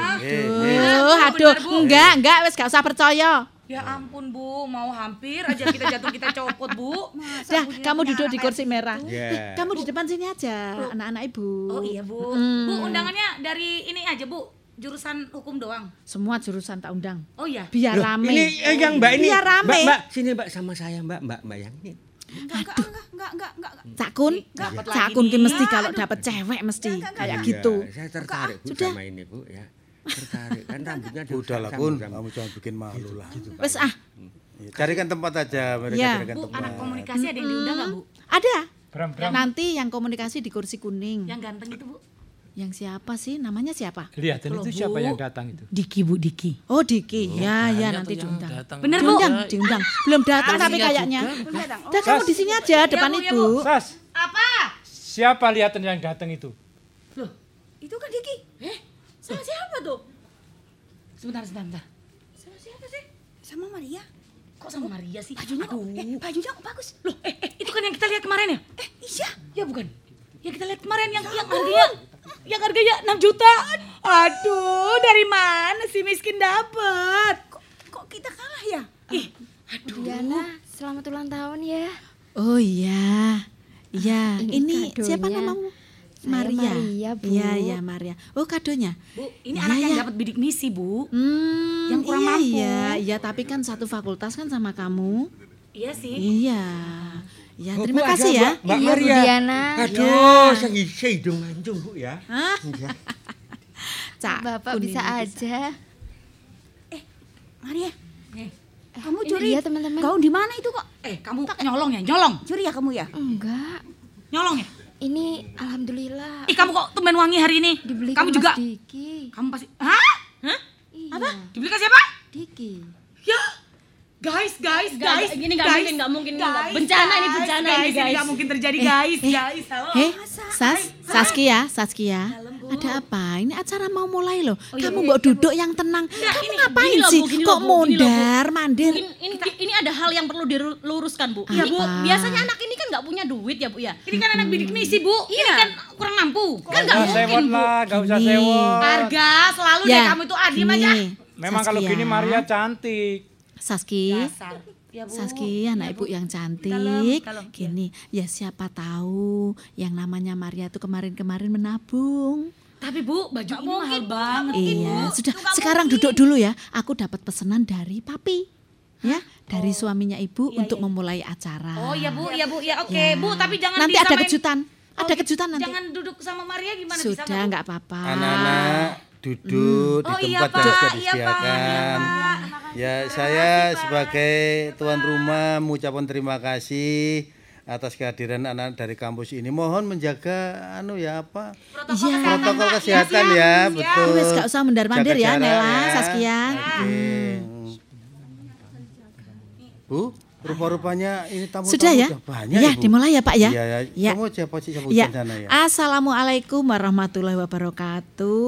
Aduh, enggak, wes gak usah percaya. Ya ampun Bu, mau hampir aja kita jatuh kita copot Bu. Dah, kamu duduk di kursi merah. Yeah. Kamu di depan sini aja, anak-anak Ibu. Oh iya Bu. Bu, undangannya dari ini aja Bu, jurusan hukum doang. Semua jurusan tak undang. Oh iya. Biar rame. Ini yang Mbak ini. Biar rame. Mbak, sini Mbak sama saya Mbak yang ini. Enggak. Cak Kun ki mesti kalau dapat cewek mesti kayak gitu. Saya tertarik Bu sama ini Bu ya. Tertarik kan rambutnya udahlah Kun, kamu jangan bikin malu lah. Wes carikan tempat aja mereka carikan tempat. Anak komunikasi ada yang diundang enggak Bu? Ada. Bram. Nanti yang komunikasi di kursi kuning. Yang ganteng itu Bu. Yang siapa sih? Namanya siapa? Lihatin itu siapa yang datang itu? Diki Bu, Diki. Oh Diki, ya nanti diundang. Bener Bu? Diundang. Belum datang tapi kayaknya. Dah kamu di sini aja depan Ibu. Sas. Apa? Siapa lihatin yang datang itu? Loh, itu kan Diki. Sama siapa tuh? Sebentar. Sama siapa sih? Sama Maria. Kok sama Maria sih? Bajunya bagus. Loh, itu kan yang kita lihat kemarin ya? Iya. Ya bukan. Yang kita lihat kemarin yang harganya 6 juta. Aduh, dari mana si miskin dapat? Kok kita kalah ya? Aduh. Diana, selamat ulang tahun ya. Oh iya. Iya, ini kadonya. siapa namamu? Maria, Bu. Iya, Maria. Oh, kadonya. Bu, ini anak yang dapat bidik misi, Bu. Yang kurang mampu. Iya, tapi kan satu fakultas kan sama kamu. Iya sih. Iya. Ya, terima kasih ya. Mbak Iya, Maria. Bu Diana. Aduh, saya hidung mancung Bu ya. Hah? Cak, Bapak bisa aja. Maria. Kamu curi? Iya, teman-teman. Kau di mana itu kok? Kamu nyolong ya? Nyolong? Curi ya kamu ya? Enggak. Nyolong ya? Ini alhamdulillah. Kamu kok tumben wangi hari ini? Dibeli kamu Mas juga? Diki. Kamu pasti. Hah? Iya. Apa? Dibeli ke siapa? Diki. Ya. Guys. Ini nggak mungkin. Bencana ini guys. Ini nggak mungkin terjadi guys. Halo. Saskia. Ada apa? Ini acara mau mulai loh. Kamu mau duduk yang tenang. Kamu ngapain sih? Kok mandir? Ini ada hal yang perlu diluruskan Bu. Iya, Bu. Biasanya anak ini kan nggak punya duit ya Bu ya. Ini kan anak bidik misi Bu. Ini kan kurang mampu. Kan nggak mungkin Bu. Gak usah sewot. Harga selalu deh kamu itu adem aja. Memang kalau gini Maria cantik. Saski. Dasar. Ya, Bu. Saski, anak ibu yang cantik. Kalem. Gini, ya siapa tahu yang namanya Maria tuh kemarin-kemarin menabung. Tapi Bu, baju ini mahal banget. Iya, sudah. Sekarang duduk dulu ya. Aku dapat pesanan dari papi. Ya, dari suaminya ibu untuk memulai acara. Oh iya Bu, ya oke. Bu, tapi jangan nanti ada disamain- kejutan. Ada kejutan nanti. Jangan duduk sama Maria gimana bisa Sudah, nggak, Bu? nggak apa-apa. Anak-anak duduk di tempat yang sudah disediakan. Ya, saya sebagai tuan rumah mengucapkan terima kasih atas kehadiran anak dari kampus ini. Mohon menjaga protokol kesehatan ya, betul. Wes gak usah mondar-mandir ya, Jaga jarak Nela, ya. Saskia. Bu, rupa-rupanya ini tamu-tamu Sudah ya? banyak Ya, Bu. dimulai ya Pak ya. Iya, Ya. Kamu siapa sih sebutan Ya. sana ya? Assalamualaikum warahmatullahi wabarakatuh.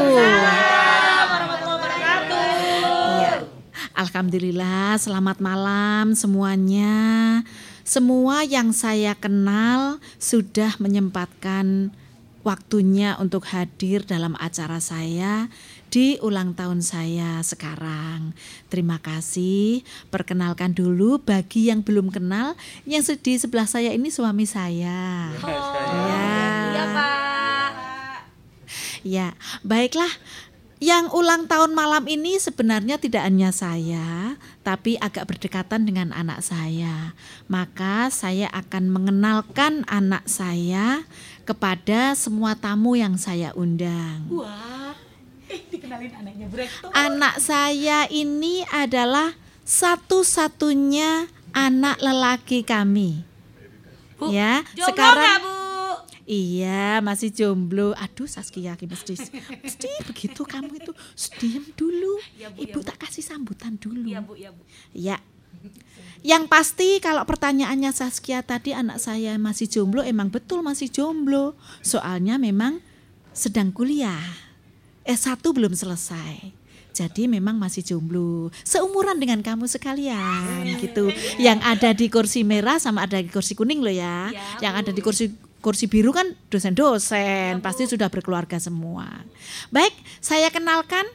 Ya. Alhamdulillah, selamat malam semuanya. Semua yang saya kenal sudah menyempatkan waktunya untuk hadir dalam acara saya di ulang tahun saya sekarang. Terima kasih. Perkenalkan dulu bagi yang belum kenal, yang di sebelah saya ini suami saya. Iya, Pak. Ya, baiklah. Yang ulang tahun malam ini sebenarnya tidak hanya saya, tapi agak berdekatan dengan anak saya. Maka saya akan mengenalkan anak saya kepada semua tamu yang saya undang. Wah, dikenalin anaknya Bu Rektor. Anak saya ini adalah satu-satunya anak lelaki kami. Bu, Ya, jomblo sekarang nggak, Bu? Iya, masih jomblo. Aduh, Saskia, mesti begitu kamu itu. Diam dulu. Ya, Bu, Ibu ya, Bu. tak kasih sambutan dulu. Iya, Bu. Ya. Yang pasti kalau pertanyaannya Saskia tadi anak saya masih jomblo, emang betul masih jomblo. Soalnya memang sedang kuliah. S1 belum selesai. Jadi memang masih jomblo. Seumuran dengan kamu sekalian gitu. Yang ada di kursi merah sama ada di kursi kuning loh ya. Yang ada di kursi biru kan dosen-dosen, pasti sudah berkeluarga semua. Baik, saya kenalkan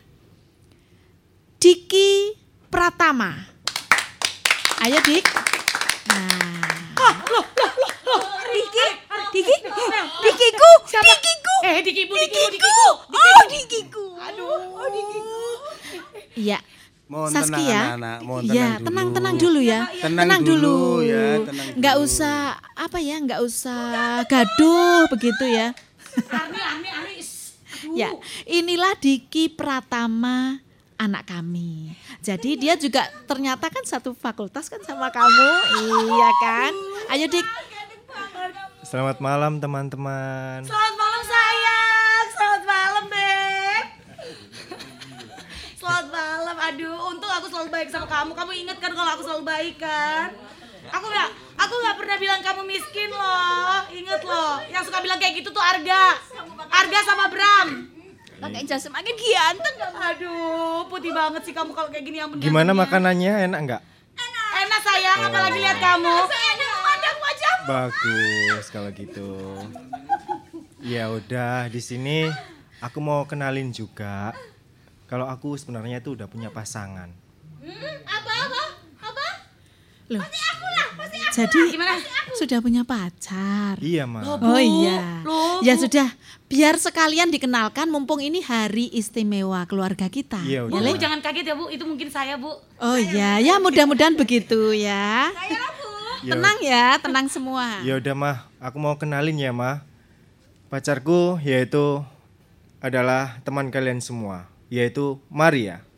Diki Pratama. Ayo Dik. Nah. Loh. Dikiku. Dikiku. Dikiku. Oh, Dikiku. Aduh, Dikiku. Iya. Mohon Saskia, tenang anak-anak, mohon ya tenang dulu ya, Tenang dulu ya, tenang nggak dulu. usah nggak usah gaduh begitu ya. Arni. Ya, inilah Diki Pratama, anak kami. Jadi dia juga ternyata kan satu fakultas kan sama kamu, iya kan? Ayo Dik. Selamat malam teman-teman. Selamat malam sayang. Selamat malam, Beb. Selamat malam. Aduh, untung aku selalu baik sama kamu. Kamu ingat kan kalau aku selalu baik kan? Aku nggak pernah bilang kamu miskin loh. Ingat loh. Yang suka bilang kayak gitu tuh Arga sama Bram. Pakai jas semakin ganteng. Aduh, putih banget sih kamu kalau kayak gini. Yang Gimana makanannya, enak nggak? Enak sayang, apalagi lihat kamu. Pandang wajahmu. Bagus kalau gitu. Ya udah, di sini aku mau kenalin juga. Kalau aku sebenarnya itu udah punya pasangan. Apa? Loh. Pasti aku lah. Jadi Gimana? sudah punya pacar. Iya, Ma. Oh iya. Loh, Ya Bu. sudah, biar sekalian dikenalkan mumpung ini hari istimewa keluarga kita. Iya, Bu, udah. jangan kaget ya Bu, itu mungkin saya Bu. Oh iya, ya mudah-mudahan begitu ya. Ya, Tenang ya, tenang semua. Ya udah, Ma. Aku mau kenalin ya, Ma. Pacarku yaitu adalah teman kalian semua, yaitu Maria.